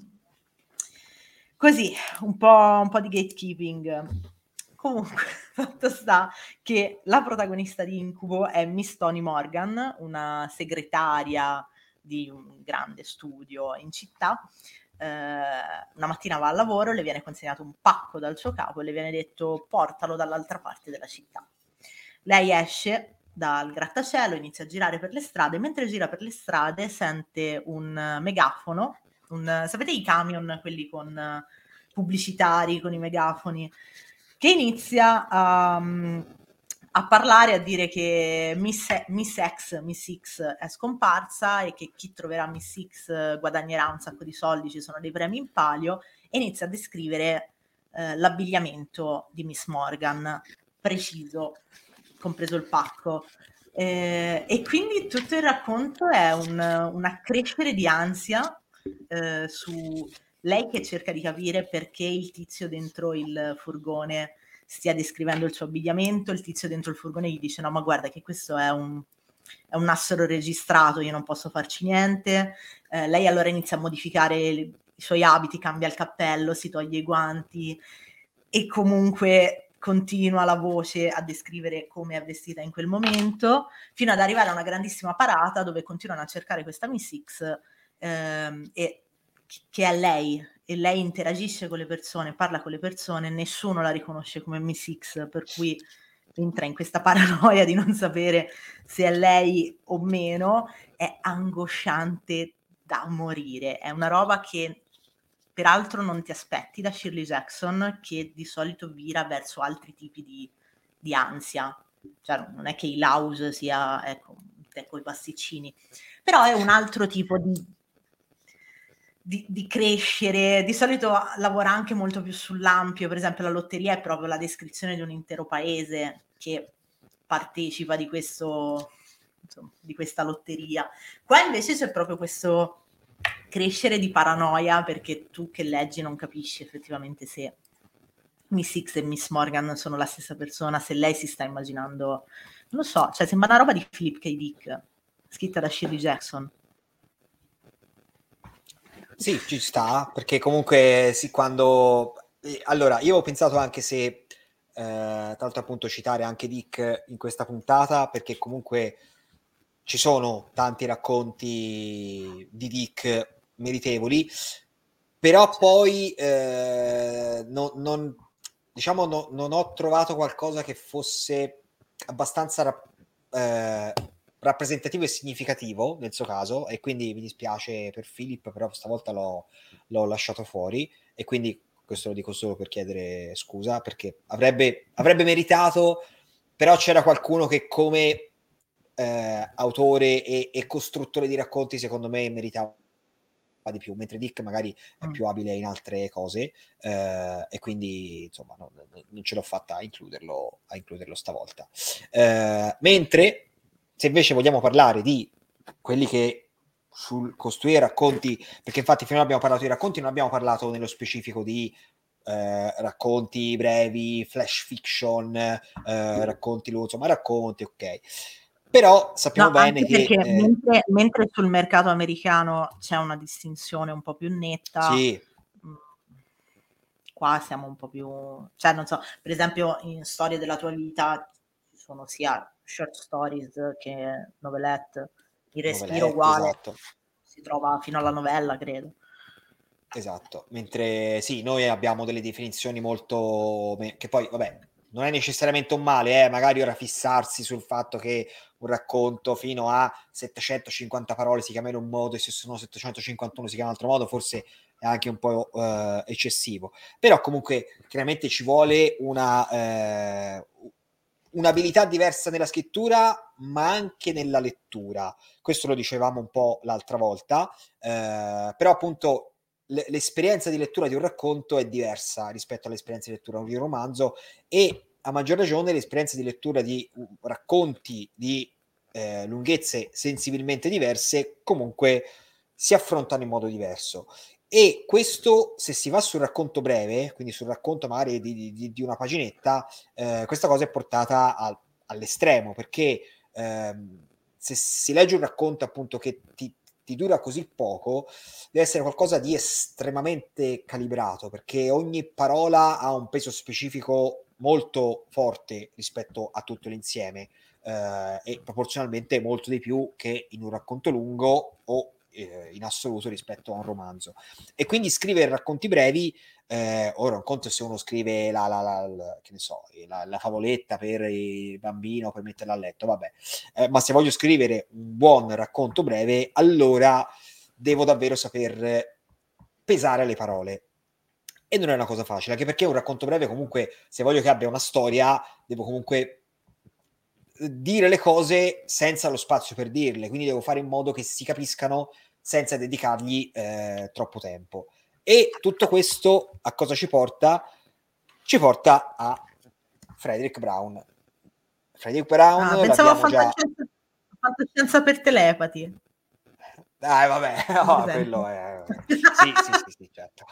così un po' di gatekeeping. Comunque, fatto sta che la protagonista di Incubo è Miss Toni Morgan, una segretaria di un grande studio in città. Una mattina va al lavoro, le viene consegnato un pacco dal suo capo e le viene detto portalo dall'altra parte della città. Lei esce dal grattacielo, inizia a girare per le strade, mentre gira per le strade sente un megafono, sapete i camion, quelli con pubblicitari, con i megafoni, che inizia a parlare, a dire che Miss X è scomparsa e che chi troverà Miss X guadagnerà un sacco di soldi, ci sono dei premi in palio, e inizia a descrivere l'abbigliamento di Miss Morgan, preciso, compreso il pacco. E quindi tutto il racconto è un accrescere di ansia su lei che cerca di capire perché il tizio dentro il furgone stia descrivendo il suo abbigliamento, il tizio dentro il furgone gli dice no ma guarda che questo è un nastro registrato, io non posso farci niente. Lei allora inizia a modificare i suoi abiti, cambia il cappello, si toglie i guanti e comunque continua la voce a descrivere come è vestita in quel momento, fino ad arrivare a una grandissima parata dove continuano a cercare questa Miss X e che è lei, e lei interagisce con le persone, parla con le persone, nessuno la riconosce come Miss X, per cui entra in questa paranoia di non sapere se è lei o meno. È angosciante da morire, è una roba che peraltro non ti aspetti da Shirley Jackson, che di solito vira verso altri tipi di ansia, cioè non è che il house sia, ecco, con i pasticcini, però è un altro tipo di crescere. Di solito lavora anche molto più sull'ampio, per esempio la lotteria è proprio la descrizione di un intero paese che partecipa di questo, insomma, di questa lotteria. Qua invece c'è proprio questo crescere di paranoia, perché tu che leggi non capisci effettivamente se Miss X e Miss Morgan sono la stessa persona, se lei si sta immaginando, non lo so, cioè sembra una roba di Philip K. Dick scritta da Shirley Jackson. Sì, ci sta, perché comunque sì, quando... Allora, io ho pensato anche se, tra l'altro appunto citare anche Dick in questa puntata, perché comunque ci sono tanti racconti di Dick meritevoli, però poi non ho trovato qualcosa che fosse abbastanza rappresentativo e significativo nel suo caso, e quindi mi dispiace per Philip, però stavolta l'ho lasciato fuori, e quindi questo lo dico solo per chiedere scusa, perché avrebbe meritato, però c'era qualcuno che come autore e costruttore di racconti secondo me meritava di più, mentre Dick magari è più abile in altre cose, e quindi insomma non ce l'ho fatta a includerlo stavolta. Mentre se invece vogliamo parlare di quelli che sul costruire racconti, perché infatti finora abbiamo parlato di racconti, non abbiamo parlato nello specifico di racconti brevi, flash fiction, racconti lunghi, insomma racconti, ok. Però sappiamo bene anche che perché mentre sul mercato americano c'è una distinzione un po' più netta, sì, qua siamo un po' più, cioè non so, per esempio in Storie della tua vita ci sono sia short stories che novelette, il respiro novelette, uguale, esatto. si trova fino alla novella, credo. Esatto, mentre sì, noi abbiamo delle definizioni molto che poi, vabbè, non è necessariamente un male, magari ora fissarsi sul fatto che un racconto fino a 750 parole si chiama in un modo e se sono 751 si chiama in un altro modo, forse è anche un po' eccessivo. Però comunque chiaramente ci vuole un'abilità diversa nella scrittura, ma anche nella lettura. Questo lo dicevamo un po' l'altra volta, però appunto l'esperienza di lettura di un racconto è diversa rispetto all'esperienza di lettura di un romanzo, e a maggior ragione l'esperienza di lettura di racconti di lunghezze sensibilmente diverse comunque si affrontano in modo diverso. E questo, se si va sul racconto breve, quindi sul racconto magari di una paginetta, questa cosa è portata all'estremo, perché se si legge un racconto appunto che ti dura così poco, deve essere qualcosa di estremamente calibrato, perché ogni parola ha un peso specifico molto forte rispetto a tutto l'insieme, e proporzionalmente molto di più che in un racconto lungo o in assoluto rispetto a un romanzo. E quindi scrivere racconti brevi, ora un conto se uno scrive che ne so, la favoletta per il bambino per metterla a letto, vabbè, ma se voglio scrivere un buon racconto breve, allora devo davvero saper pesare le parole, e non è una cosa facile, anche perché un racconto breve comunque, se voglio che abbia una storia, devo comunque dire le cose senza lo spazio per dirle, quindi devo fare in modo che si capiscano senza dedicargli troppo tempo. E tutto questo a cosa ci porta? Ci porta a Frederick Brown. Frederick Brown pensavo a l'abbiamo già... fantascienza per telepati. Dai, vabbè, no, quello è... Sì, certo.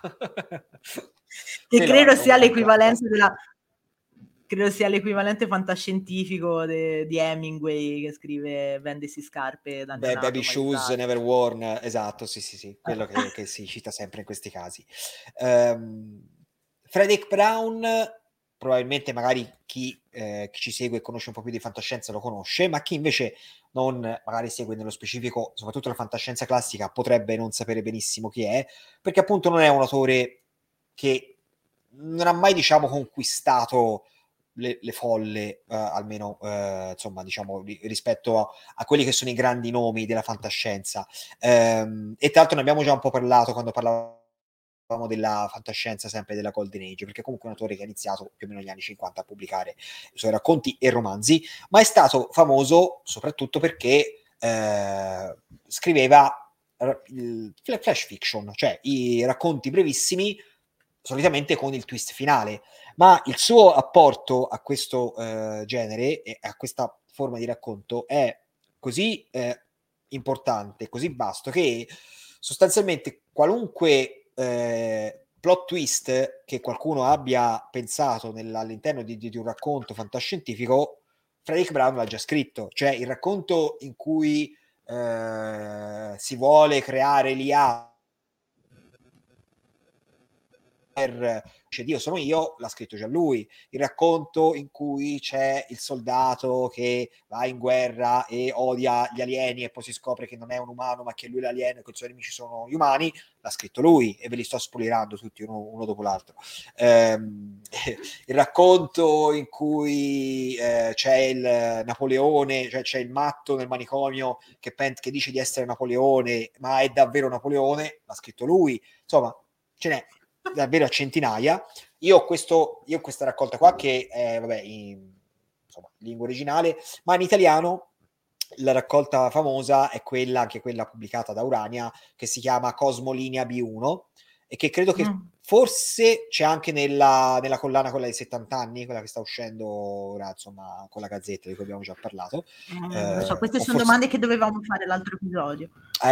Che Quello credo è sia un l'equivalente classico. credo sia l'equivalente fantascientifico di Hemingway che scrive Vendesi scarpe da neonato Baby mai Shoes usate. Never Worn, esatto, sì, quello che si cita sempre in questi casi. Frederick Brown, probabilmente magari chi ci segue e conosce un po' più di fantascienza lo conosce, ma chi invece non magari segue nello specifico, soprattutto la fantascienza classica, potrebbe non sapere benissimo chi è, perché appunto non è un autore che non ha mai, diciamo, conquistato le folle, almeno insomma, diciamo, rispetto a quelli che sono i grandi nomi della fantascienza. E tra l'altro ne abbiamo già un po' parlato quando parlavamo della fantascienza, sempre della Golden Age, perché comunque è un autore che ha iniziato più o meno negli anni 50 a pubblicare i suoi racconti e romanzi, ma è stato famoso soprattutto perché scriveva il flash fiction, cioè i racconti brevissimi, solitamente con il twist finale. Ma il suo apporto a questo genere e a questa forma di racconto è così importante, così vasto, che sostanzialmente qualunque plot twist che qualcuno abbia pensato all'interno di un racconto fantascientifico, Frederick Brown l'ha già scritto. Cioè il racconto in cui si vuole creare l'IA dice Dio sono io, l'ha scritto già lui. Il racconto in cui c'è il soldato che va in guerra e odia gli alieni e poi si scopre che non è un umano ma che lui è l'alieno e che i suoi nemici sono gli umani, l'ha scritto lui, e ve li sto spoilerando tutti uno dopo l'altro. Il racconto in cui c'è il Napoleone, cioè c'è il matto nel manicomio che dice di essere Napoleone ma è davvero Napoleone, l'ha scritto lui. Insomma, ce n'è davvero a centinaia. Io ho questa raccolta qua che è in lingua originale, ma in italiano la raccolta famosa è quella, anche quella pubblicata da Urania, che si chiama Cosmolinea B1, e che credo che forse c'è anche nella collana, quella dei 70 anni, quella che sta uscendo ora, insomma, con la Gazzetta di cui abbiamo già parlato. Lo so, queste sono forse... domande che dovevamo fare l'altro episodio.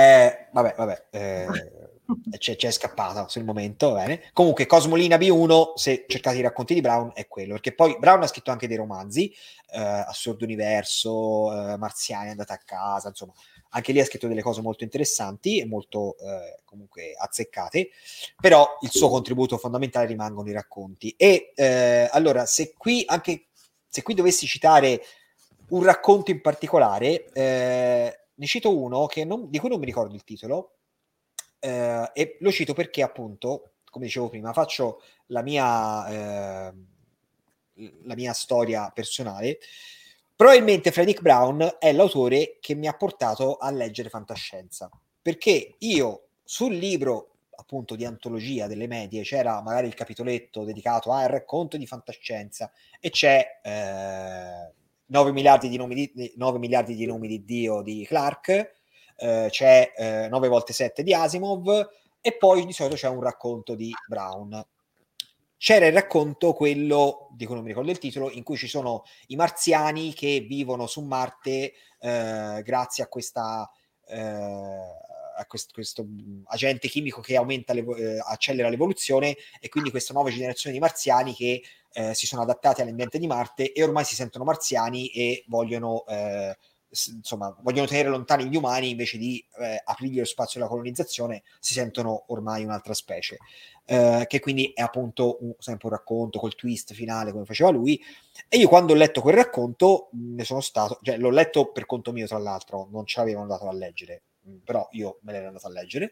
C'è scappata sul momento, bene. Comunque Cosmolina B1, se cercate i racconti di Brown, è quello, perché poi Brown ha scritto anche dei romanzi, Assurdo Universo, Marziani andata a casa, insomma, anche lì ha scritto delle cose molto interessanti e molto comunque azzeccate, però il suo contributo fondamentale rimangono i racconti. E allora, se qui dovessi citare un racconto in particolare, ne cito uno di cui non mi ricordo il titolo, e lo cito perché appunto, come dicevo prima, faccio la mia storia personale. Probabilmente Fredric Brown è l'autore che mi ha portato a leggere fantascienza, perché io sul libro appunto di antologia delle medie c'era magari il capitoletto dedicato al racconto di fantascienza e c'è 9 miliardi di nomi di Dio di Clarke, c'è 9 volte 7 di Asimov e poi di solito c'è un racconto di Brown. C'era il racconto, quello di cui non mi ricordo il titolo, in cui ci sono i marziani che vivono su Marte grazie a questa a questo agente chimico che aumenta accelera l'evoluzione, e quindi questa nuova generazione di marziani che si sono adattati all'ambiente di Marte e ormai si sentono marziani e vogliono tenere lontani gli umani, invece di aprirgli lo spazio alla colonizzazione, si sentono ormai un'altra specie, che quindi è appunto sempre un racconto col twist finale come faceva lui. E io quando ho letto quel racconto l'ho letto per conto mio, tra l'altro non ci avevano dato a leggere, però io me l'ero andato a leggere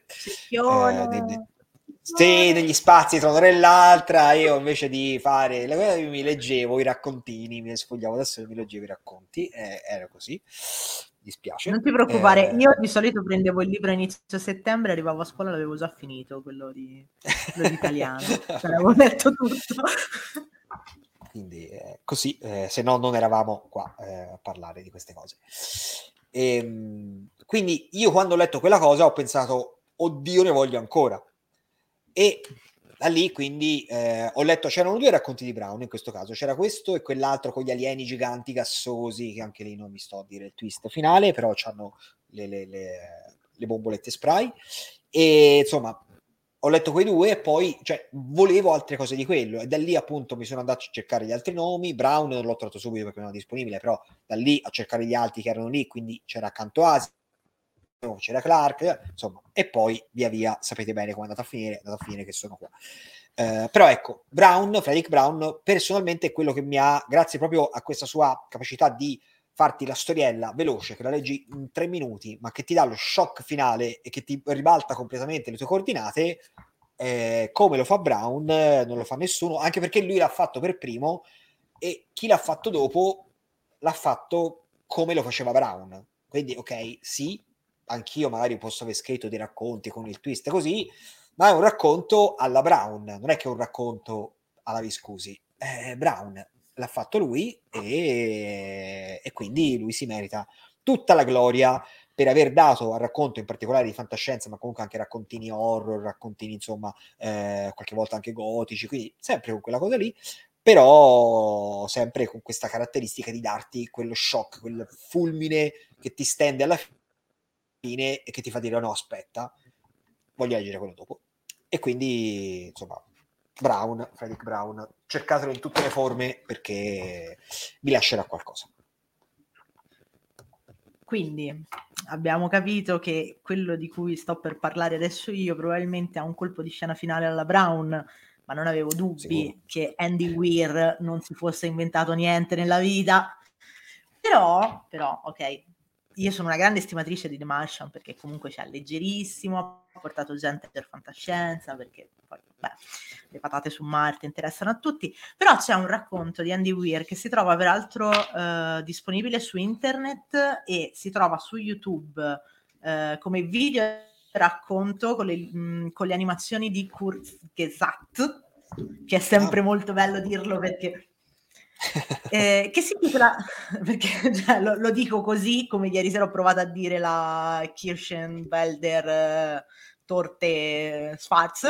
degli spazi tra una e l'altra. Io invece di fare mi leggevo i raccontini, mi sfogliavo adesso e mi leggevo i racconti, era così. Dispiace. Non ti preoccupare, io di solito prendevo il libro a inizio settembre, arrivavo a scuola e l'avevo già finito, quello di italiano, l'avevo letto tutto. Quindi così, se no non eravamo qua a parlare di queste cose. Quindi io quando ho letto quella cosa ho pensato, oddio, ne voglio ancora. E da lì quindi ho letto, c'erano 2 racconti di Brown in questo caso, c'era questo e quell'altro con gli alieni giganti gassosi, che anche lì non vi sto a dire il twist finale, però hanno le bombolette spray, e insomma ho letto quei 2 e poi volevo altre cose di quello, e da lì appunto mi sono andato a cercare gli altri nomi. Brown non l'ho trovato subito perché non era disponibile, però da lì a cercare gli altri che erano lì, quindi c'era accanto Asia, c'era Clark, insomma, e poi via via sapete bene come è andata a finire che sono qua. Però ecco, Fredric Brown personalmente è quello che mi ha, grazie proprio a questa sua capacità di farti la storiella veloce, che la leggi in 3 minuti, ma che ti dà lo shock finale e che ti ribalta completamente le tue coordinate, come lo fa Brown non lo fa nessuno, anche perché lui l'ha fatto per primo e chi l'ha fatto dopo l'ha fatto come lo faceva Brown. Quindi ok, sì, anch'io magari posso aver scritto dei racconti con il twist così, ma è un racconto alla Brown, non è che è un racconto alla Viscusi. Brown l'ha fatto lui e quindi lui si merita tutta la gloria per aver dato al racconto, in particolare di fantascienza, ma comunque anche raccontini horror, raccontini insomma qualche volta anche gotici, quindi sempre con quella cosa lì, però sempre con questa caratteristica di darti quello shock, quel fulmine che ti stende alla fine e che ti fa dire no, aspetta, voglio leggere quello dopo. E quindi insomma Fredric Brown, cercatelo in tutte le forme perché vi lascerà qualcosa. Quindi abbiamo capito che quello di cui sto per parlare adesso io probabilmente ha un colpo di scena finale alla Brown, ma non avevo dubbi che Andy Weir non si fosse inventato niente nella vita. Però, ok, io sono una grande stimatrice di The Martian perché comunque c'è leggerissimo, ha portato gente per fantascienza, perché poi le patate su Marte interessano a tutti, però c'è un racconto di Andy Weir che si trova peraltro disponibile su internet e si trova su YouTube come video racconto con le animazioni di Kurzgesagt, che è sempre molto bello dirlo perché che si intitola, perché lo dico così, come ieri sera ho provato a dire la Kirchenwälder Torte Schwarz,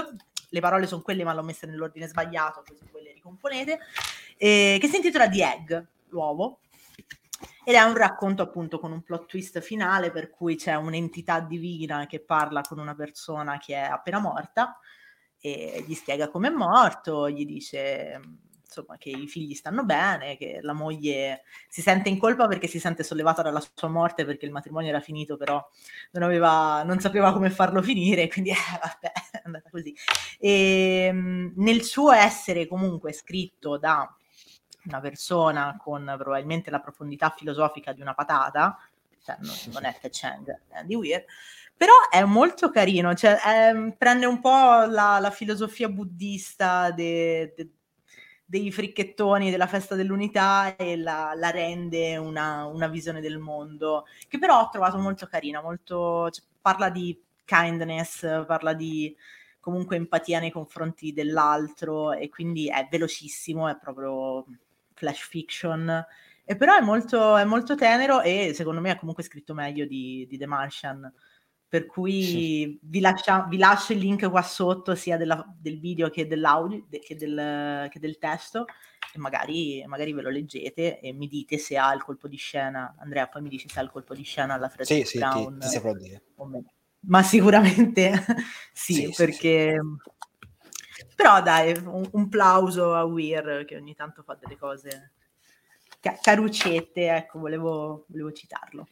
le parole sono quelle ma l'ho messe nell'ordine sbagliato, così voi le ricomponete, che si intitola The Egg, l'uovo, ed è un racconto appunto con un plot twist finale per cui c'è un'entità divina che parla con una persona che è appena morta e gli spiega come è morto, gli dice insomma che i figli stanno bene, che la moglie si sente in colpa perché si sente sollevata dalla sua morte perché il matrimonio era finito, però non sapeva come farlo finire, quindi vabbè, è andata così. E nel suo essere comunque scritto da una persona con probabilmente la profondità filosofica di una patata, cioè non è Ted Chiang, è Andy Weir, però è molto carino, cioè prende un po' la filosofia buddista dei fricchettoni della festa dell'unità e la rende una visione del mondo, che però ho trovato molto carina, molto, cioè, parla di kindness, parla di comunque empatia nei confronti dell'altro e quindi è velocissimo, è proprio flash fiction, e però è molto tenero e secondo me è comunque scritto meglio di The Martian, per cui vi lascio il link qua sotto sia del video che dell'audio che del testo e magari ve lo leggete e mi dite se ha il colpo di scena. Andrea, poi mi dici se ha il colpo di scena alla Fred Sì, Brown ti saprò dire. ma sicuramente sì, Sì, perché però dai, un plauso a Weir che ogni tanto fa delle cose caruccette, ecco, volevo citarlo.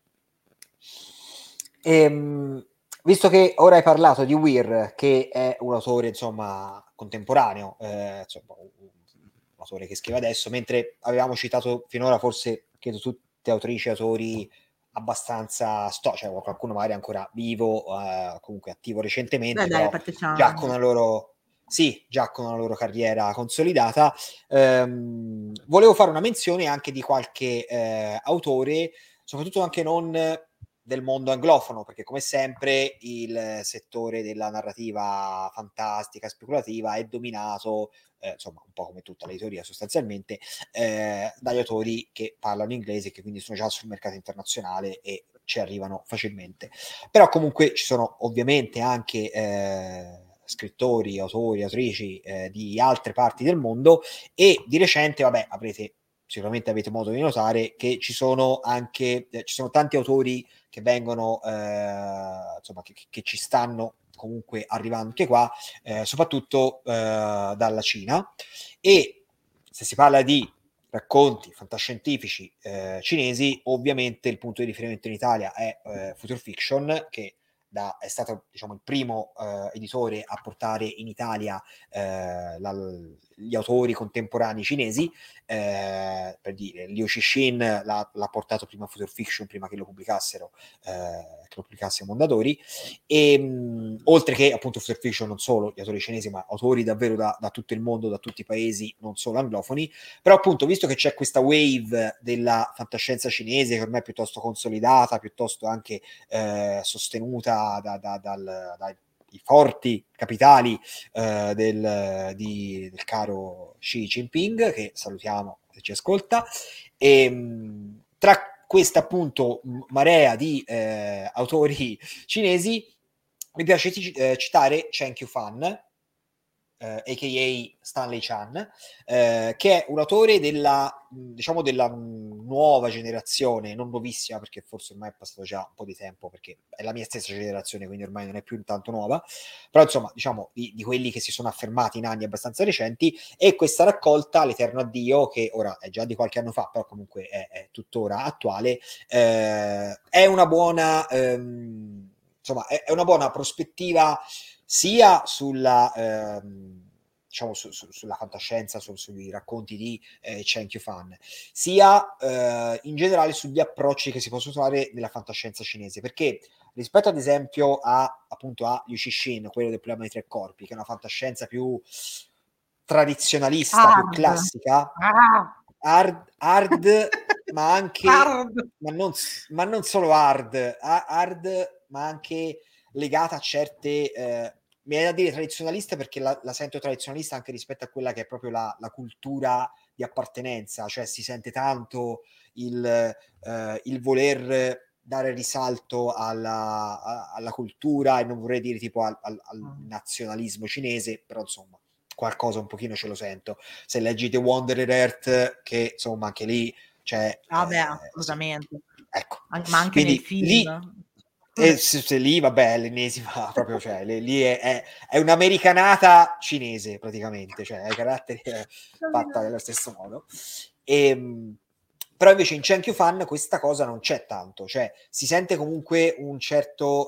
Visto che ora hai parlato di Weir, che è un autore insomma contemporaneo, insomma, un autore che scrive adesso, mentre avevamo citato finora forse credo tutte autrici e autori abbastanza cioè qualcuno magari ancora vivo, comunque attivo recentemente, dai, però già con una loro carriera consolidata. Volevo fare una menzione anche di qualche autore, soprattutto anche non del mondo anglofono, perché come sempre il settore della narrativa fantastica, speculativa è dominato, insomma un po' come tutta l'editoria sostanzialmente, dagli autori che parlano inglese e che quindi sono già sul mercato internazionale e ci arrivano facilmente. Però comunque ci sono ovviamente anche scrittori, autori, autrici di altre parti del mondo e di recente, vabbè, sicuramente avete modo di notare che ci sono tanti autori che vengono insomma che ci stanno comunque arrivando anche qua, soprattutto dalla Cina, e se si parla di racconti fantascientifici cinesi, ovviamente il punto di riferimento in Italia è Future Fiction, che è stato diciamo il primo editore a portare in Italia gli autori contemporanei cinesi, per dire Liu Cixin l'ha portato prima a Future Fiction, prima che lo pubblicasse Mondadori, e oltre che appunto Future Fiction non solo gli autori cinesi ma autori davvero da tutto il mondo, da tutti i paesi non solo anglofoni. Però appunto visto che c'è questa wave della fantascienza cinese che ormai è piuttosto consolidata, piuttosto anche sostenuta dai forti capitali del caro Xi Jinping, che salutiamo se ci ascolta, e tra questa appunto marea di autori cinesi mi piace citare Chen Qiufan, a.k.a. Stanley Chan, che è un autore della nuova generazione, non nuovissima perché forse ormai è passato già un po' di tempo, perché è la mia stessa generazione, quindi ormai non è più tanto nuova, però insomma diciamo di quelli che si sono affermati in anni abbastanza recenti, e questa raccolta, L'Eterno Addio, che ora è già di qualche anno fa, però comunque è tuttora attuale, è una buona insomma è una buona prospettiva sia sulla diciamo sulla fantascienza, sui racconti di Chen Qiufan, sia in generale sugli approcci che si possono trovare nella fantascienza cinese, perché rispetto ad esempio appunto a Liu Cixin, quello del problema dei tre corpi, che è una fantascienza più tradizionalista, più classica, hard ma anche ma non solo hard, ma anche legata a certe mi viene da dire tradizionalista perché la sento tradizionalista anche rispetto a quella che è proprio la cultura di appartenenza, cioè si sente tanto il voler dare risalto alla cultura, e non vorrei dire tipo al nazionalismo cinese, però insomma qualcosa un pochino ce lo sento. Se leggi The Wanderer Earth, che insomma anche lì c'è... assolutamente. Ecco. Ma anche quindi nel film. se lì vabbè è l'ennesima proprio, cioè lì è un'americanata cinese praticamente, cioè ai caratteri fatta nello stesso modo. Però invece in Thank You Fan questa cosa non c'è tanto, cioè si sente comunque un certo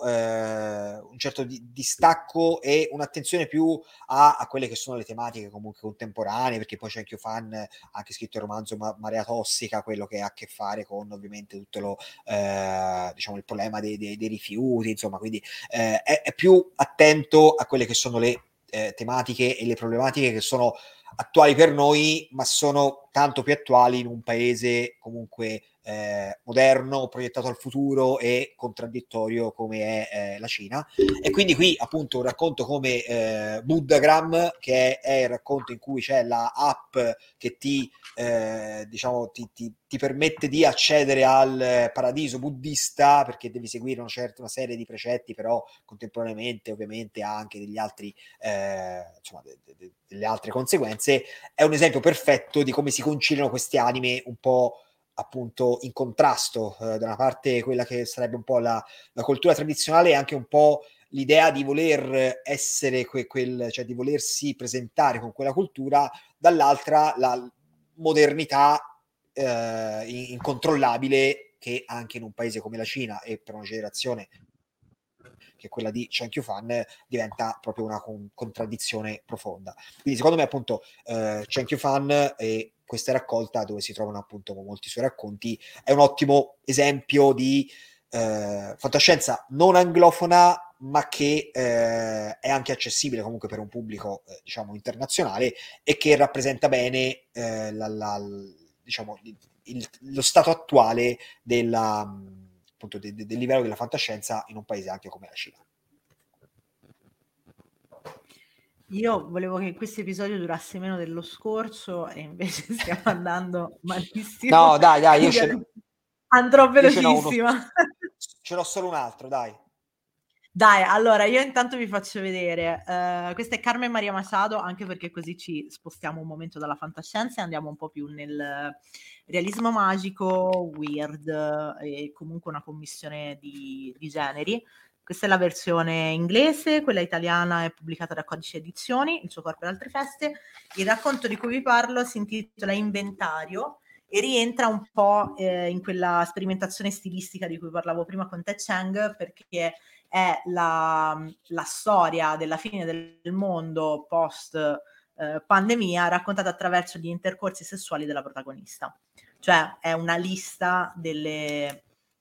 distacco e un'attenzione più a quelle che sono le tematiche comunque contemporanee, perché poi Thank You Fan ha anche scritto il romanzo Marea Tossica, quello che ha a che fare con ovviamente tutto lo diciamo il problema dei rifiuti, insomma, quindi è più attento a quelle che sono le tematiche e le problematiche che sono attuali per noi, ma sono tanto più attuali in un paese comunque moderno, proiettato al futuro e contraddittorio come è la Cina. E quindi qui appunto un racconto come Buddhagram, che è il racconto in cui c'è la app che ti permette di accedere al paradiso buddista, perché devi seguire una serie di precetti, però contemporaneamente ovviamente ha anche degli altri delle altre conseguenze. È un esempio perfetto di come si conciliano queste anime un po' appunto in contrasto, da una parte quella che sarebbe un po' la cultura tradizionale e anche un po' l'idea di voler essere cioè di volersi presentare con quella cultura, dall'altra la modernità incontrollabile che anche in un paese come la Cina e per una generazione che è quella di Thank You Fan diventa proprio una contraddizione profonda. Quindi secondo me appunto Thank You Fan e questa raccolta, dove si trovano appunto molti suoi racconti, è un ottimo esempio di fantascienza non anglofona, ma che è anche accessibile comunque per un pubblico diciamo internazionale, e che rappresenta bene diciamo lo stato attuale appunto del livello della fantascienza in un paese anche come la Cina. Io volevo che questo episodio durasse meno dello scorso e invece stiamo andando malissimo. No, dai, io andrò velocissima. Ce l'ho solo un altro, dai. Dai, allora io intanto vi faccio vedere. Questa è Carmen Maria Machado, anche perché così ci spostiamo un momento dalla fantascienza e andiamo un po' più nel realismo magico, weird e comunque una commissione di generi. Questa è la versione inglese, quella italiana è pubblicata da Codice Edizioni, Il suo corpo e altre feste. Il racconto di cui vi parlo si intitola Inventario e rientra un po' in quella sperimentazione stilistica di cui parlavo prima con Te Chang, perché è la storia della fine del mondo post pandemia raccontata attraverso gli intercorsi sessuali della protagonista. Cioè è una lista delle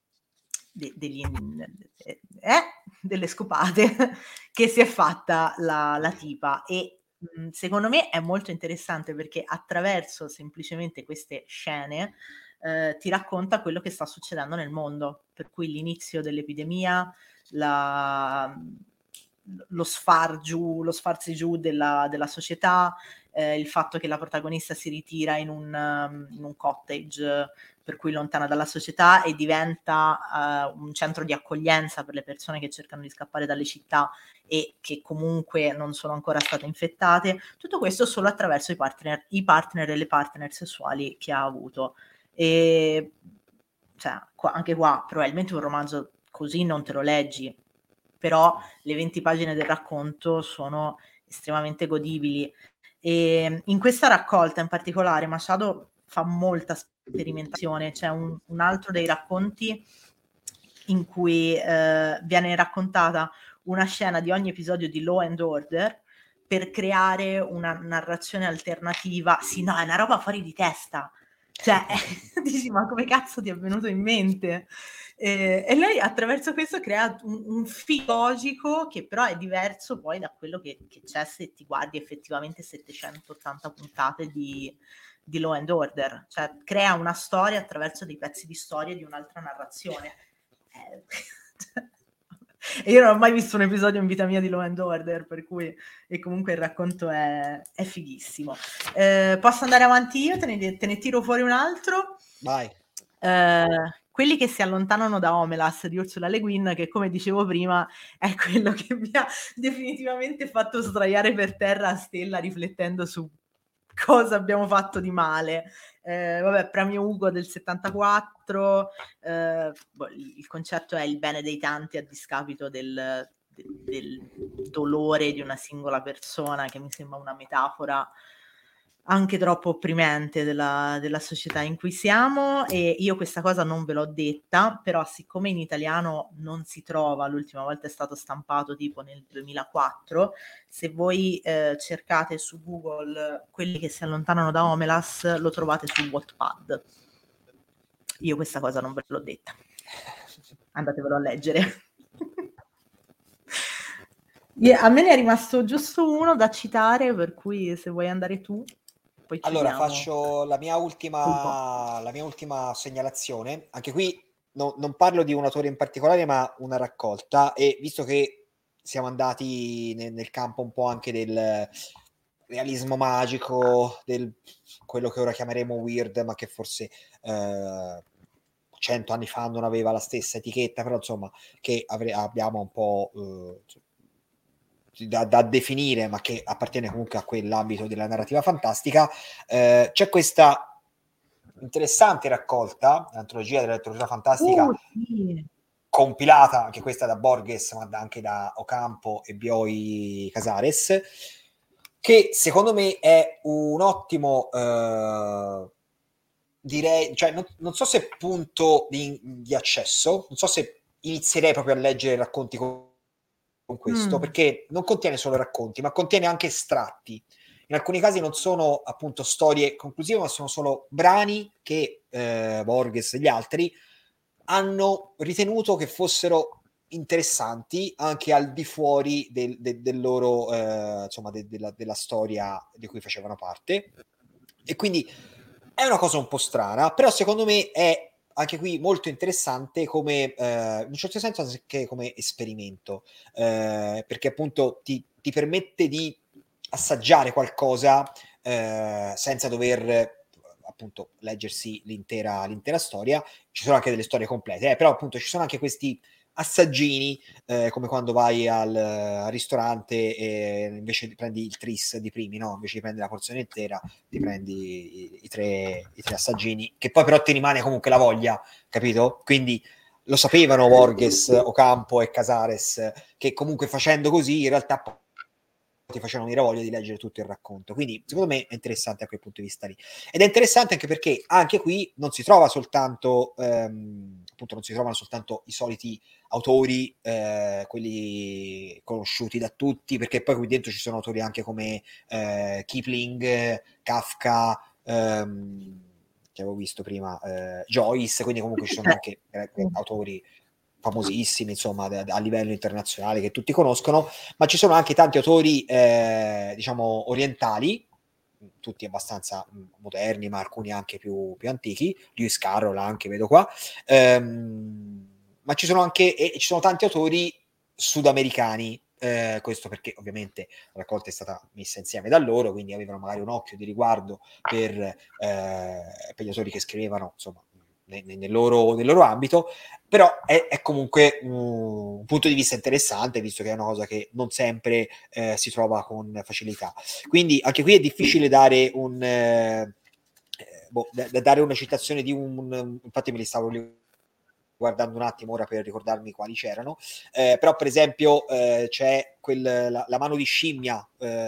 scopate che si è fatta la tipa, e secondo me è molto interessante perché attraverso semplicemente queste scene ti racconta quello che sta succedendo nel mondo, per cui l'inizio dell'epidemia, lo sfarzi giù della società, il fatto che la protagonista si ritira in un cottage, per cui lontana dalla società, e diventa un centro di accoglienza per le persone che cercano di scappare dalle città e che comunque non sono ancora state infettate. Tutto questo solo attraverso i partner e le partner sessuali che ha avuto. E cioè, anche qua probabilmente un romanzo così non te lo leggi, però le 20 pagine del racconto sono estremamente godibili. E in questa raccolta in particolare Machado fa molta sperimentazione. C'è un altro dei racconti in cui viene raccontata una scena di ogni episodio di Law and Order per creare una narrazione alternativa. Sì, no, è una roba fuori di testa. Cioè, dici, ma come cazzo ti è venuto in mente? E lei attraverso questo crea un filo logico che però è diverso poi da quello che c'è se ti guardi effettivamente 780 puntate di Law and Order. Cioè, crea una storia attraverso dei pezzi di storia di un'altra narrazione. E io non ho mai visto un episodio in vita mia di Law and Order, per cui, e comunque il racconto è fighissimo. Posso andare avanti io? Te ne tiro fuori un altro? Vai. Quelli che si allontanano da Omelas di Ursula Le Guin, che come dicevo prima è quello che mi ha definitivamente fatto sdraiare per terra a stella riflettendo su cosa abbiamo fatto di male. Vabbè, premio Ugo del 74, il concetto è il bene dei tanti a discapito del dolore di una singola persona, che mi sembra una metafora anche troppo opprimente della società in cui siamo, e io questa cosa non ve l'ho detta, però siccome in italiano non si trova, l'ultima volta è stato stampato tipo nel 2004, se voi cercate su Google quelli che si allontanano da Omelas, lo trovate su Wattpad. Io questa cosa non ve l'ho detta. Andatevelo a leggere. A me ne è rimasto giusto uno da citare, per cui se vuoi andare tu, poi allora chiudiamo. faccio la mia ultima segnalazione. Anche qui non parlo di un autore in particolare, ma una raccolta, e visto che siamo andati nel campo un po' anche del realismo magico, del quello che ora chiameremo weird, ma che forse 100 anni fa non aveva la stessa etichetta, però insomma che abbiamo un po' da definire, ma che appartiene comunque a quell'ambito della narrativa fantastica. C'è questa interessante raccolta, l'antologia della letteratura fantastica, sì, compilata anche questa da Borges, ma anche da Ocampo e Bioy Casares, che secondo me è un ottimo direi, cioè non so se punto di accesso, non so se inizierei proprio a leggere racconti con questo, perché non contiene solo racconti, ma contiene anche estratti. In alcuni casi non sono appunto storie conclusive, ma sono solo brani che Borges e gli altri hanno ritenuto che fossero interessanti anche al di fuori del loro insomma della storia di cui facevano parte, e quindi è una cosa un po' strana, però secondo me è anche qui molto interessante come in un certo senso anche come esperimento, perché appunto ti permette di assaggiare qualcosa senza dover appunto leggersi l'intera storia. Ci sono anche delle storie complete, però appunto ci sono anche questi assaggini, come quando vai al ristorante e invece prendi il tris di primi, no? Invece di prendere la porzione intera ti prendi i tre assaggini, che poi però ti rimane comunque la voglia, capito? Quindi lo sapevano Borges, Ocampo e Casares, che comunque facendo così in realtà ti facevano venire voglia di leggere tutto il racconto. Quindi secondo me è interessante a quel punto di vista lì, ed è interessante anche perché anche qui non si trova soltanto appunto non si trovano soltanto i soliti autori, quelli conosciuti da tutti, perché poi qui dentro ci sono autori anche come Kipling, Kafka, che avevo visto prima, Joyce, quindi comunque ci sono anche autori famosissimi, insomma, a livello internazionale, che tutti conoscono, ma ci sono anche tanti autori, diciamo, orientali, tutti abbastanza moderni, ma alcuni anche più antichi, Lewis Carroll anche, vedo qua, ma ci sono anche, ci sono tanti autori sudamericani, questo perché ovviamente la raccolta è stata messa insieme da loro, quindi avevano magari un occhio di riguardo per gli autori che scrivevano, insomma, nel loro ambito, però è comunque un punto di vista interessante, visto che è una cosa che non sempre si trova con facilità. Quindi anche qui è difficile dare dare una citazione di infatti me li stavo guardando un attimo ora per ricordarmi quali c'erano, però per esempio c'è la mano di scimmia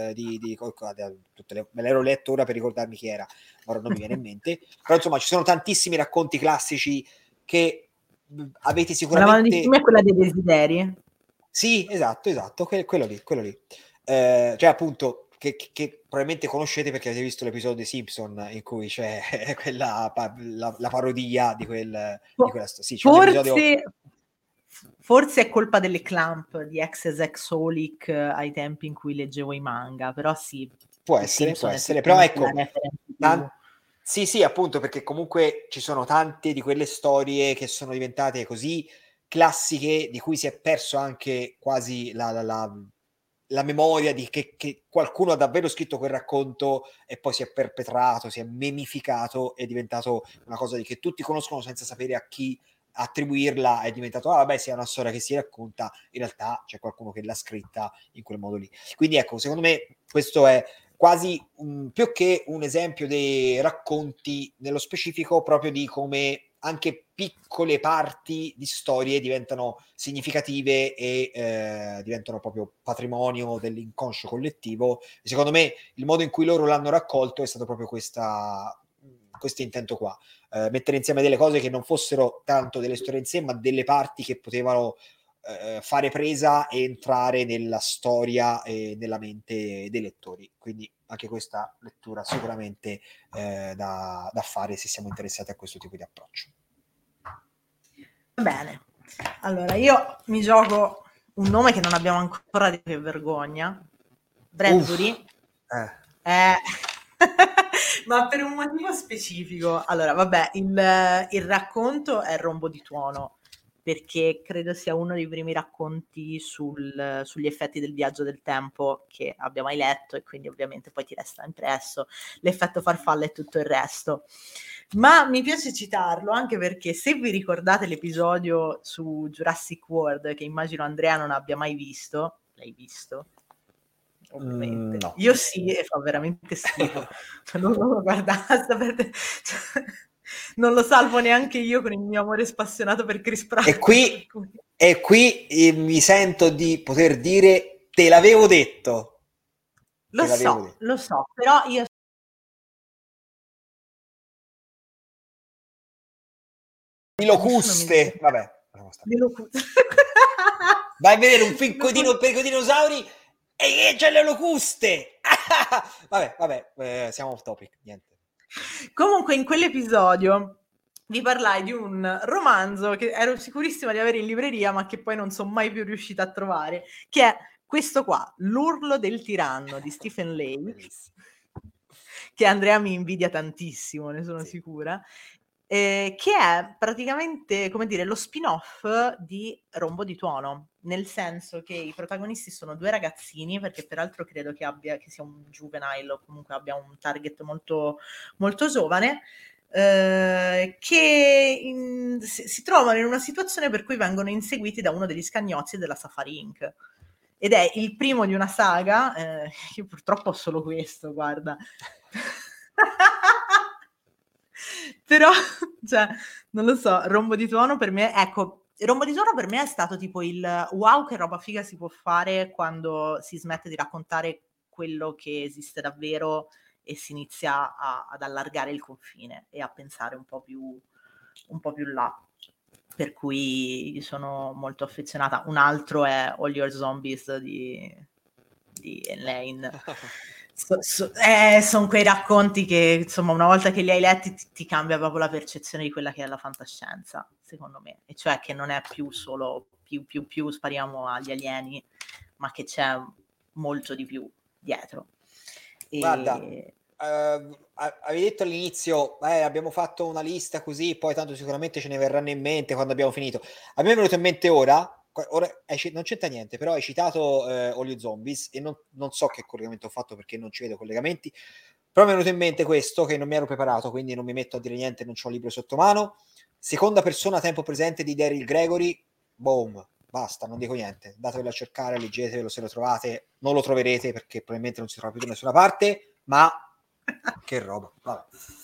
me l'ero letto ora per ricordarmi chi era, ora non mi viene in mente, però insomma ci sono tantissimi racconti classici che avete sicuramente. La mano di scimmia è quella dei desideri. Sì, esatto, quello lì. Cioè appunto che probabilmente conoscete perché avete visto l'episodio dei Simpson in cui c'è quella la parodia di quella sì, c'è un episodio. Forse è colpa delle Clamp di Ex Holic ai tempi in cui leggevo i manga, però sì, può essere, però ecco, sì, appunto, perché comunque ci sono tante di quelle storie che sono diventate così classiche, di cui si è perso anche quasi la memoria di che qualcuno ha davvero scritto quel racconto e poi si è perpetrato, si è memificato, è diventato una cosa che tutti conoscono senza sapere a chi attribuirla è diventato vabbè, sia una storia che si racconta, in realtà c'è qualcuno che l'ha scritta in quel modo lì. Quindi ecco, secondo me questo è quasi più che un esempio dei racconti nello specifico, proprio di come anche piccole parti di storie diventano significative e diventano proprio patrimonio dell'inconscio collettivo. E secondo me il modo in cui loro l'hanno raccolto è stato proprio questo intento qua, mettere insieme delle cose che non fossero tanto delle storie in sé, ma delle parti che potevano fare presa e entrare nella storia e nella mente dei lettori. Quindi anche questa lettura sicuramente da fare se siamo interessati a questo tipo di approccio. Va bene, allora io mi gioco un nome che non abbiamo ancora detto, che vergogna, Bradbury. Ma per un motivo specifico. Allora, vabbè, il racconto è Rombo di Tuono, perché credo sia uno dei primi racconti sugli effetti del viaggio del tempo che abbia mai letto, e quindi ovviamente poi ti resta impresso l'effetto farfalla e tutto il resto. Ma mi piace citarlo anche perché, se vi ricordate l'episodio su Jurassic World, che immagino Andrea non abbia mai visto, l'hai visto? Ovviamente. No. Io sì, e fa veramente schifo. Non lo guardate, non lo salvo neanche io con il mio amore spassionato per Chris Pratt. E qui mi sento di poter dire: te l'avevo detto. Lo so, però io di Locuste, vabbè. Vai a vedere un film per i dinosauri e c'è le locuste. vabbè, siamo off topic, niente. Comunque in quell'episodio vi parlai di un romanzo che ero sicurissima di avere in libreria, ma che poi non sono mai più riuscita a trovare, che è questo qua, L'urlo del tiranno di Stephen Leigh, che Andrea mi invidia tantissimo, ne sono sicura, che è praticamente, come dire, lo spin-off di Rombo di Tuono, nel senso che i protagonisti sono due ragazzini, perché peraltro credo che sia un juvenile o comunque abbia un target molto, molto giovane, che si trovano in una situazione per cui vengono inseguiti da uno degli scagnozzi della Safari Inc. Ed è il primo di una saga, io purtroppo ho solo questo, guarda. Però, cioè, non lo so, Rombo di Tuono per me, ecco, Rombo di Tuono per me è stato tipo il wow, che roba figa si può fare quando si smette di raccontare quello che esiste davvero e si inizia ad allargare il confine e a pensare un po' più là. Per cui sono molto affezionata. Un altro è All Your Zombies di Elaine. Sono quei racconti che, insomma, una volta che li hai letti ti cambia proprio la percezione di quella che è la fantascienza, secondo me, e cioè che non è più solo più spariamo agli alieni, ma che c'è molto di più dietro. Guarda, avevi detto all'inizio abbiamo fatto una lista così, poi tanto sicuramente ce ne verranno in mente quando abbiamo finito. A me è venuto in mente ora non c'entra niente, però hai citato All You Zombies e non so che collegamento ho fatto perché non ci vedo collegamenti, però mi è venuto in mente questo che non mi ero preparato, quindi non mi metto a dire niente, non c'ho un libro sotto mano. Seconda persona a tempo presente di Daryl Gregory, boom, basta, non dico niente, datevelo a cercare, leggetevelo se lo trovate, non lo troverete perché probabilmente non si trova più da nessuna parte, ma che roba, vabbè.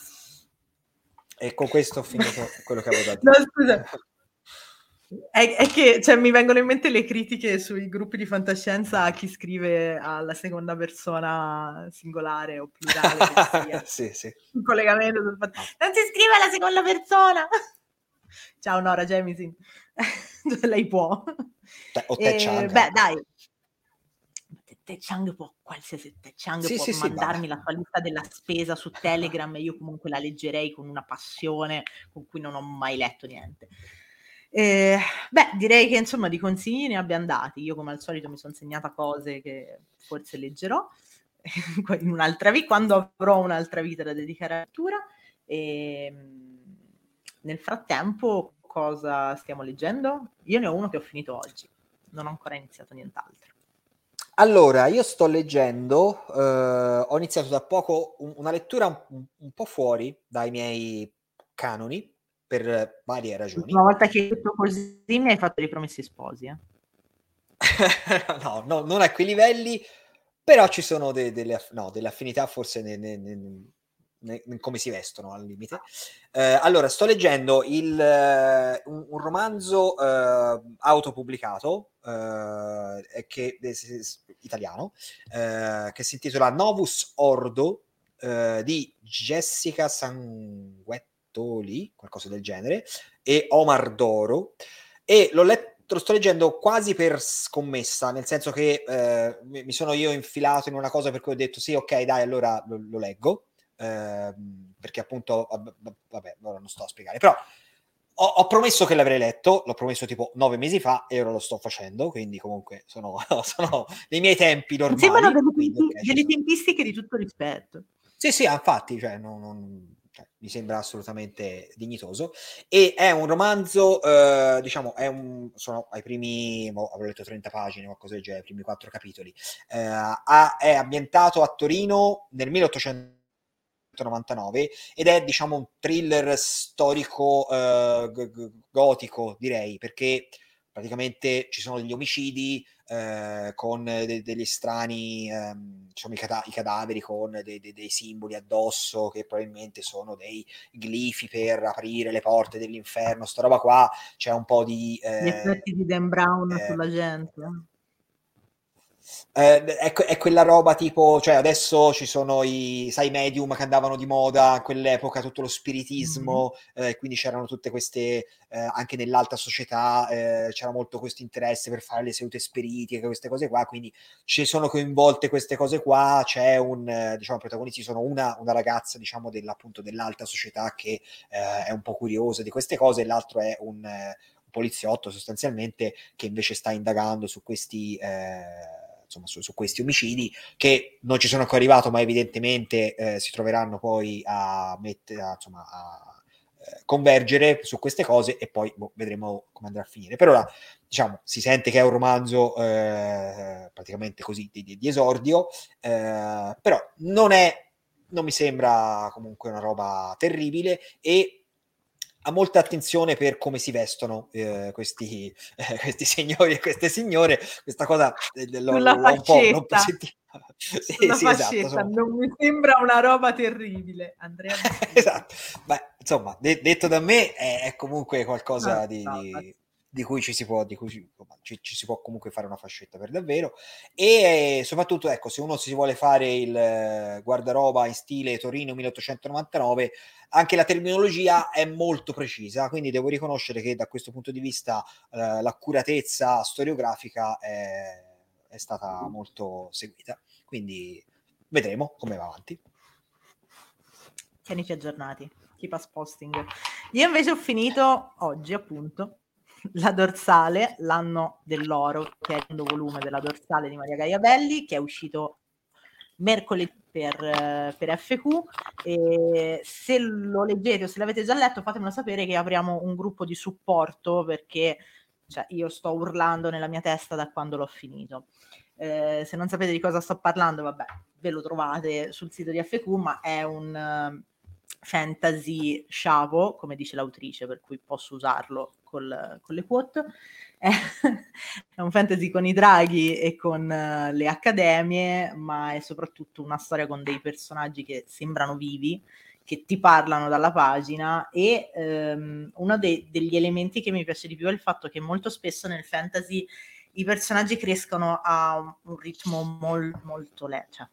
E con questo ho finito quello che avevo da dire. No, scusa. È che, cioè, mi vengono in mente le critiche sui gruppi di fantascienza a chi scrive alla seconda persona singolare o plurale che sia. sì. Un collegamento non si scrive alla seconda persona. Ciao Nora Jemisin. Lei può. O Ted Chiang. Beh, dai. Ted Chiang può, qualsiasi Ted Chiang può sì, mandarmi la sua lista della spesa su Telegram e io comunque la leggerei con una passione con cui non ho mai letto niente. Direi che insomma di consigli ne abbiamo dati. Io come al solito mi sono segnata cose che forse leggerò in un'altra vita, quando avrò un'altra vita da dedicare alla lettura. E nel frattempo cosa stiamo leggendo? Io ne ho uno che ho finito oggi, non ho ancora iniziato nient'altro. Allora, io sto leggendo, ho iniziato da poco una lettura un po' fuori dai miei canoni, per varie ragioni. L'ultima volta che hai detto così mi hai fatto dei promessi sposi, eh? No, non a quei livelli, però ci sono delle affinità forse come si vestono al limite. Allora, sto leggendo un romanzo autopubblicato italiano che si intitola Novus Ordo di Jessica Sanguettoli, qualcosa del genere, e Omar Doro, e l'ho letto. Lo sto leggendo quasi per scommessa, nel senso che mi sono io infilato in una cosa per cui ho detto sì, ok, dai, allora lo leggo, perché appunto, vabbè, ora non sto a spiegare, però ho promesso che l'avrei letto, l'ho promesso tipo 9 mesi fa e ora lo sto facendo, quindi comunque sono nei miei tempi Mi sembrano normali. Quindi, okay, delle tempistiche di tutto rispetto. Sì, infatti, cioè, cioè, mi sembra assolutamente dignitoso. E è un romanzo, diciamo, sono ai primi, avrò letto 30 pagine o qualcosa del genere, ai primi 4 capitoli. È ambientato a Torino nel 1899 ed è, diciamo, un thriller storico gotico, direi, perché praticamente ci sono degli omicidi con degli strani, diciamo, i cadaveri con dei simboli addosso che probabilmente sono dei glifi per aprire le porte dell'inferno, sta roba qua. C'è un po' di Gli effetti di Dan Brown sulla gente. è quella roba tipo, cioè adesso ci sono i medium che andavano di moda in quell'epoca, tutto lo spiritismo, quindi c'erano tutte queste, anche nell'alta società c'era molto questo interesse per fare le sedute spiritiche, queste cose qua, quindi ci sono coinvolte queste cose qua. C'è diciamo, i protagonisti sono una ragazza, diciamo, appunto dell'alta società che è un po' curiosa di queste cose, e l'altro è un poliziotto sostanzialmente che invece sta indagando su questi insomma su questi omicidi, che non ci sono ancora arrivato, ma evidentemente si troveranno poi a convergere su queste cose, e poi vedremo come andrà a finire. Per ora, diciamo, si sente che è un romanzo praticamente così di esordio, però non mi sembra comunque una roba terribile, e ha molta attenzione per come si vestono questi signori e queste signore. Questa cosa Sulla l'ho un po' faccetta. sentita. Sulla sì, esatto. faccetta, non mi sembra una roba terribile, Andrea. Esatto. Beh, insomma, detto da me è comunque qualcosa di cui ci si può comunque fare una fascetta per davvero. E soprattutto, ecco, se uno si vuole fare il guardaroba in stile Torino 1899, anche la terminologia è molto precisa, quindi devo riconoscere che da questo punto di vista l'accuratezza storiografica è stata molto seguita, quindi vedremo come va avanti. Tienici aggiornati, keep us posting. Io invece ho finito oggi, appunto, la dorsale, l'anno dell'oro, che è il secondo volume della dorsale di Maria Gaiabelli, che è uscito mercoledì per FQ. E se lo leggete o se l'avete già letto, fatemelo sapere, che apriamo un gruppo di supporto, perché cioè, io sto urlando nella mia testa da quando l'ho finito. Se non sapete di cosa sto parlando, vabbè, ve lo trovate sul sito di FQ, ma è un fantasy sciavo, come dice l'autrice, per cui posso usarlo con le quote. È un fantasy con i draghi e con le accademie, ma è soprattutto una storia con dei personaggi che sembrano vivi, che ti parlano dalla pagina. E uno degli elementi che mi piace di più è il fatto che molto spesso nel fantasy i personaggi crescono a un ritmo molto lento. Cioè,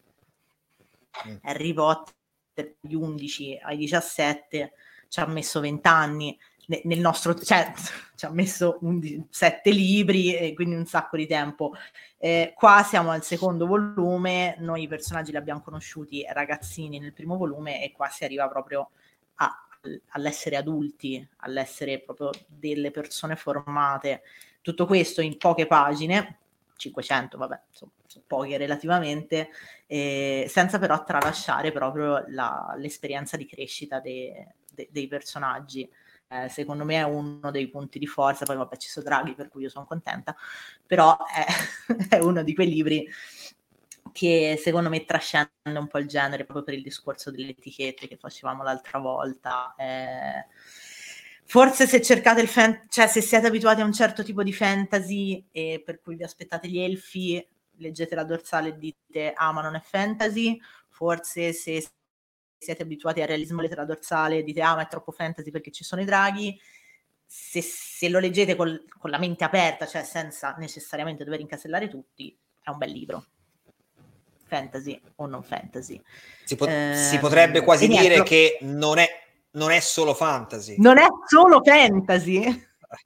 Harry Potter dagli 11 ai 17 ci ha messo 20 anni, nel nostro, cioè ci ha messo 7 libri e quindi un sacco di tempo. Qua siamo al secondo volume, noi i personaggi li abbiamo conosciuti ragazzini nel primo volume, e qua si arriva proprio all'essere adulti, all'essere proprio delle persone formate. Tutto questo in poche pagine, 500, vabbè, insomma, sono poche relativamente, senza però tralasciare proprio l'esperienza di crescita dei personaggi. Secondo me è uno dei punti di forza. Poi vabbè, ci sono Draghi, per cui io sono contenta, però è uno di quei libri che secondo me trascende un po' il genere, proprio per il discorso delle etichette che facevamo l'altra volta. Forse se cercate cioè se siete abituati a un certo tipo di fantasy e per cui vi aspettate gli elfi, leggete la dorsale e dite ma non è fantasy. Forse se siete abituati al realismo lettera dorsale e dite ma è troppo fantasy perché ci sono i draghi. Se lo leggete con la mente aperta, cioè senza necessariamente dover incasellare tutti, è un bel libro. Fantasy o non fantasy. Si potrebbe quasi dire che non è solo fantasy. Non è solo fantasy.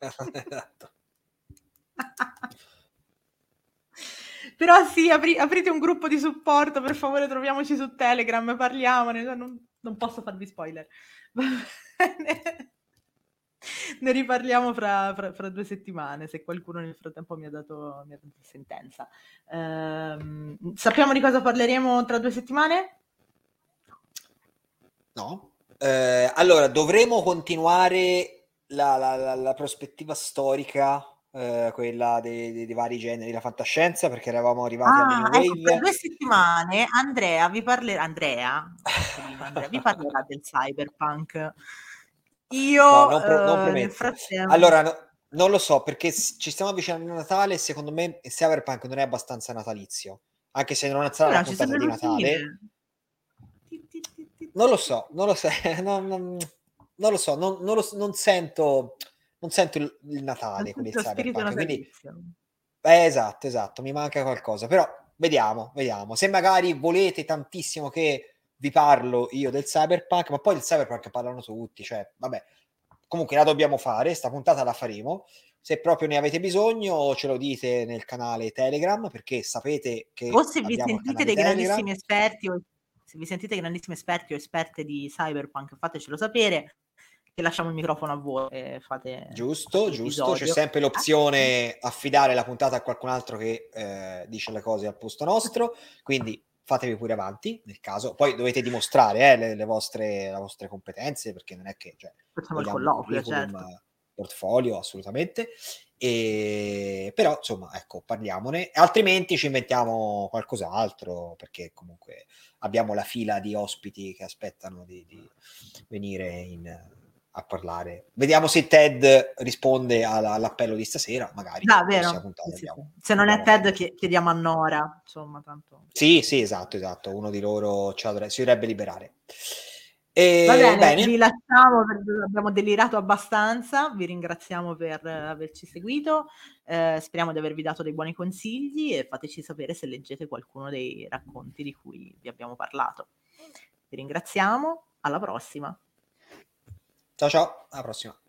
Però sì, aprite un gruppo di supporto, per favore, troviamoci su Telegram, parliamone, non posso farvi spoiler. Ne riparliamo fra 2 settimane, se qualcuno nel frattempo mi ha dato sentenza. Sappiamo di cosa parleremo tra 2 settimane? No. Allora, dovremo continuare la prospettiva storica, quella dei vari generi, la fantascienza, perché eravamo arrivati a New Wave. Ecco, per 2 settimane Andrea vi parlerà del cyberpunk. Io non nel prometto. frattempo... Allora, non lo so, perché ci stiamo avvicinando a Natale e secondo me il cyberpunk non è abbastanza natalizio, anche se non sarà la puntata di Natale. Non lo so, non lo so, non sento il Natale con il cyberpunk, quindi esatto, mi manca qualcosa, però vediamo. Se magari volete tantissimo che vi parlo io del cyberpunk, ma poi del cyberpunk parlano tutti, cioè vabbè, comunque la dobbiamo fare, sta puntata la faremo. Se proprio ne avete bisogno ce lo dite nel canale Telegram, perché sapete che o se vi abbiamo il sentite canale dei Telegram. grandissimi esperti o esperte di cyberpunk, fatecelo sapere, che lasciamo il microfono a voi e fate giusto, l'episodio. c'è sempre l'opzione affidare la puntata a qualcun altro che dice le cose al posto nostro, quindi fatevi pure avanti nel caso, poi dovete dimostrare le vostre competenze, perché non è che facciamo il vogliamo colloquio, curriculum, certo. portfolio, assolutamente, però insomma ecco, parliamone, altrimenti ci inventiamo qualcos'altro, perché comunque abbiamo la fila di ospiti che aspettano di venire a parlare. Vediamo se Ted risponde all'appello di stasera, magari. Vero. Sì. Se non è Ted chiediamo a Nora, insomma, tanto. Sì, esatto, uno di loro si dovrebbe liberare. Va bene, vi lasciamo, abbiamo delirato abbastanza, vi ringraziamo per averci seguito, speriamo di avervi dato dei buoni consigli e fateci sapere se leggete qualcuno dei racconti di cui vi abbiamo parlato. Vi ringraziamo, alla prossima. Ciao, alla prossima.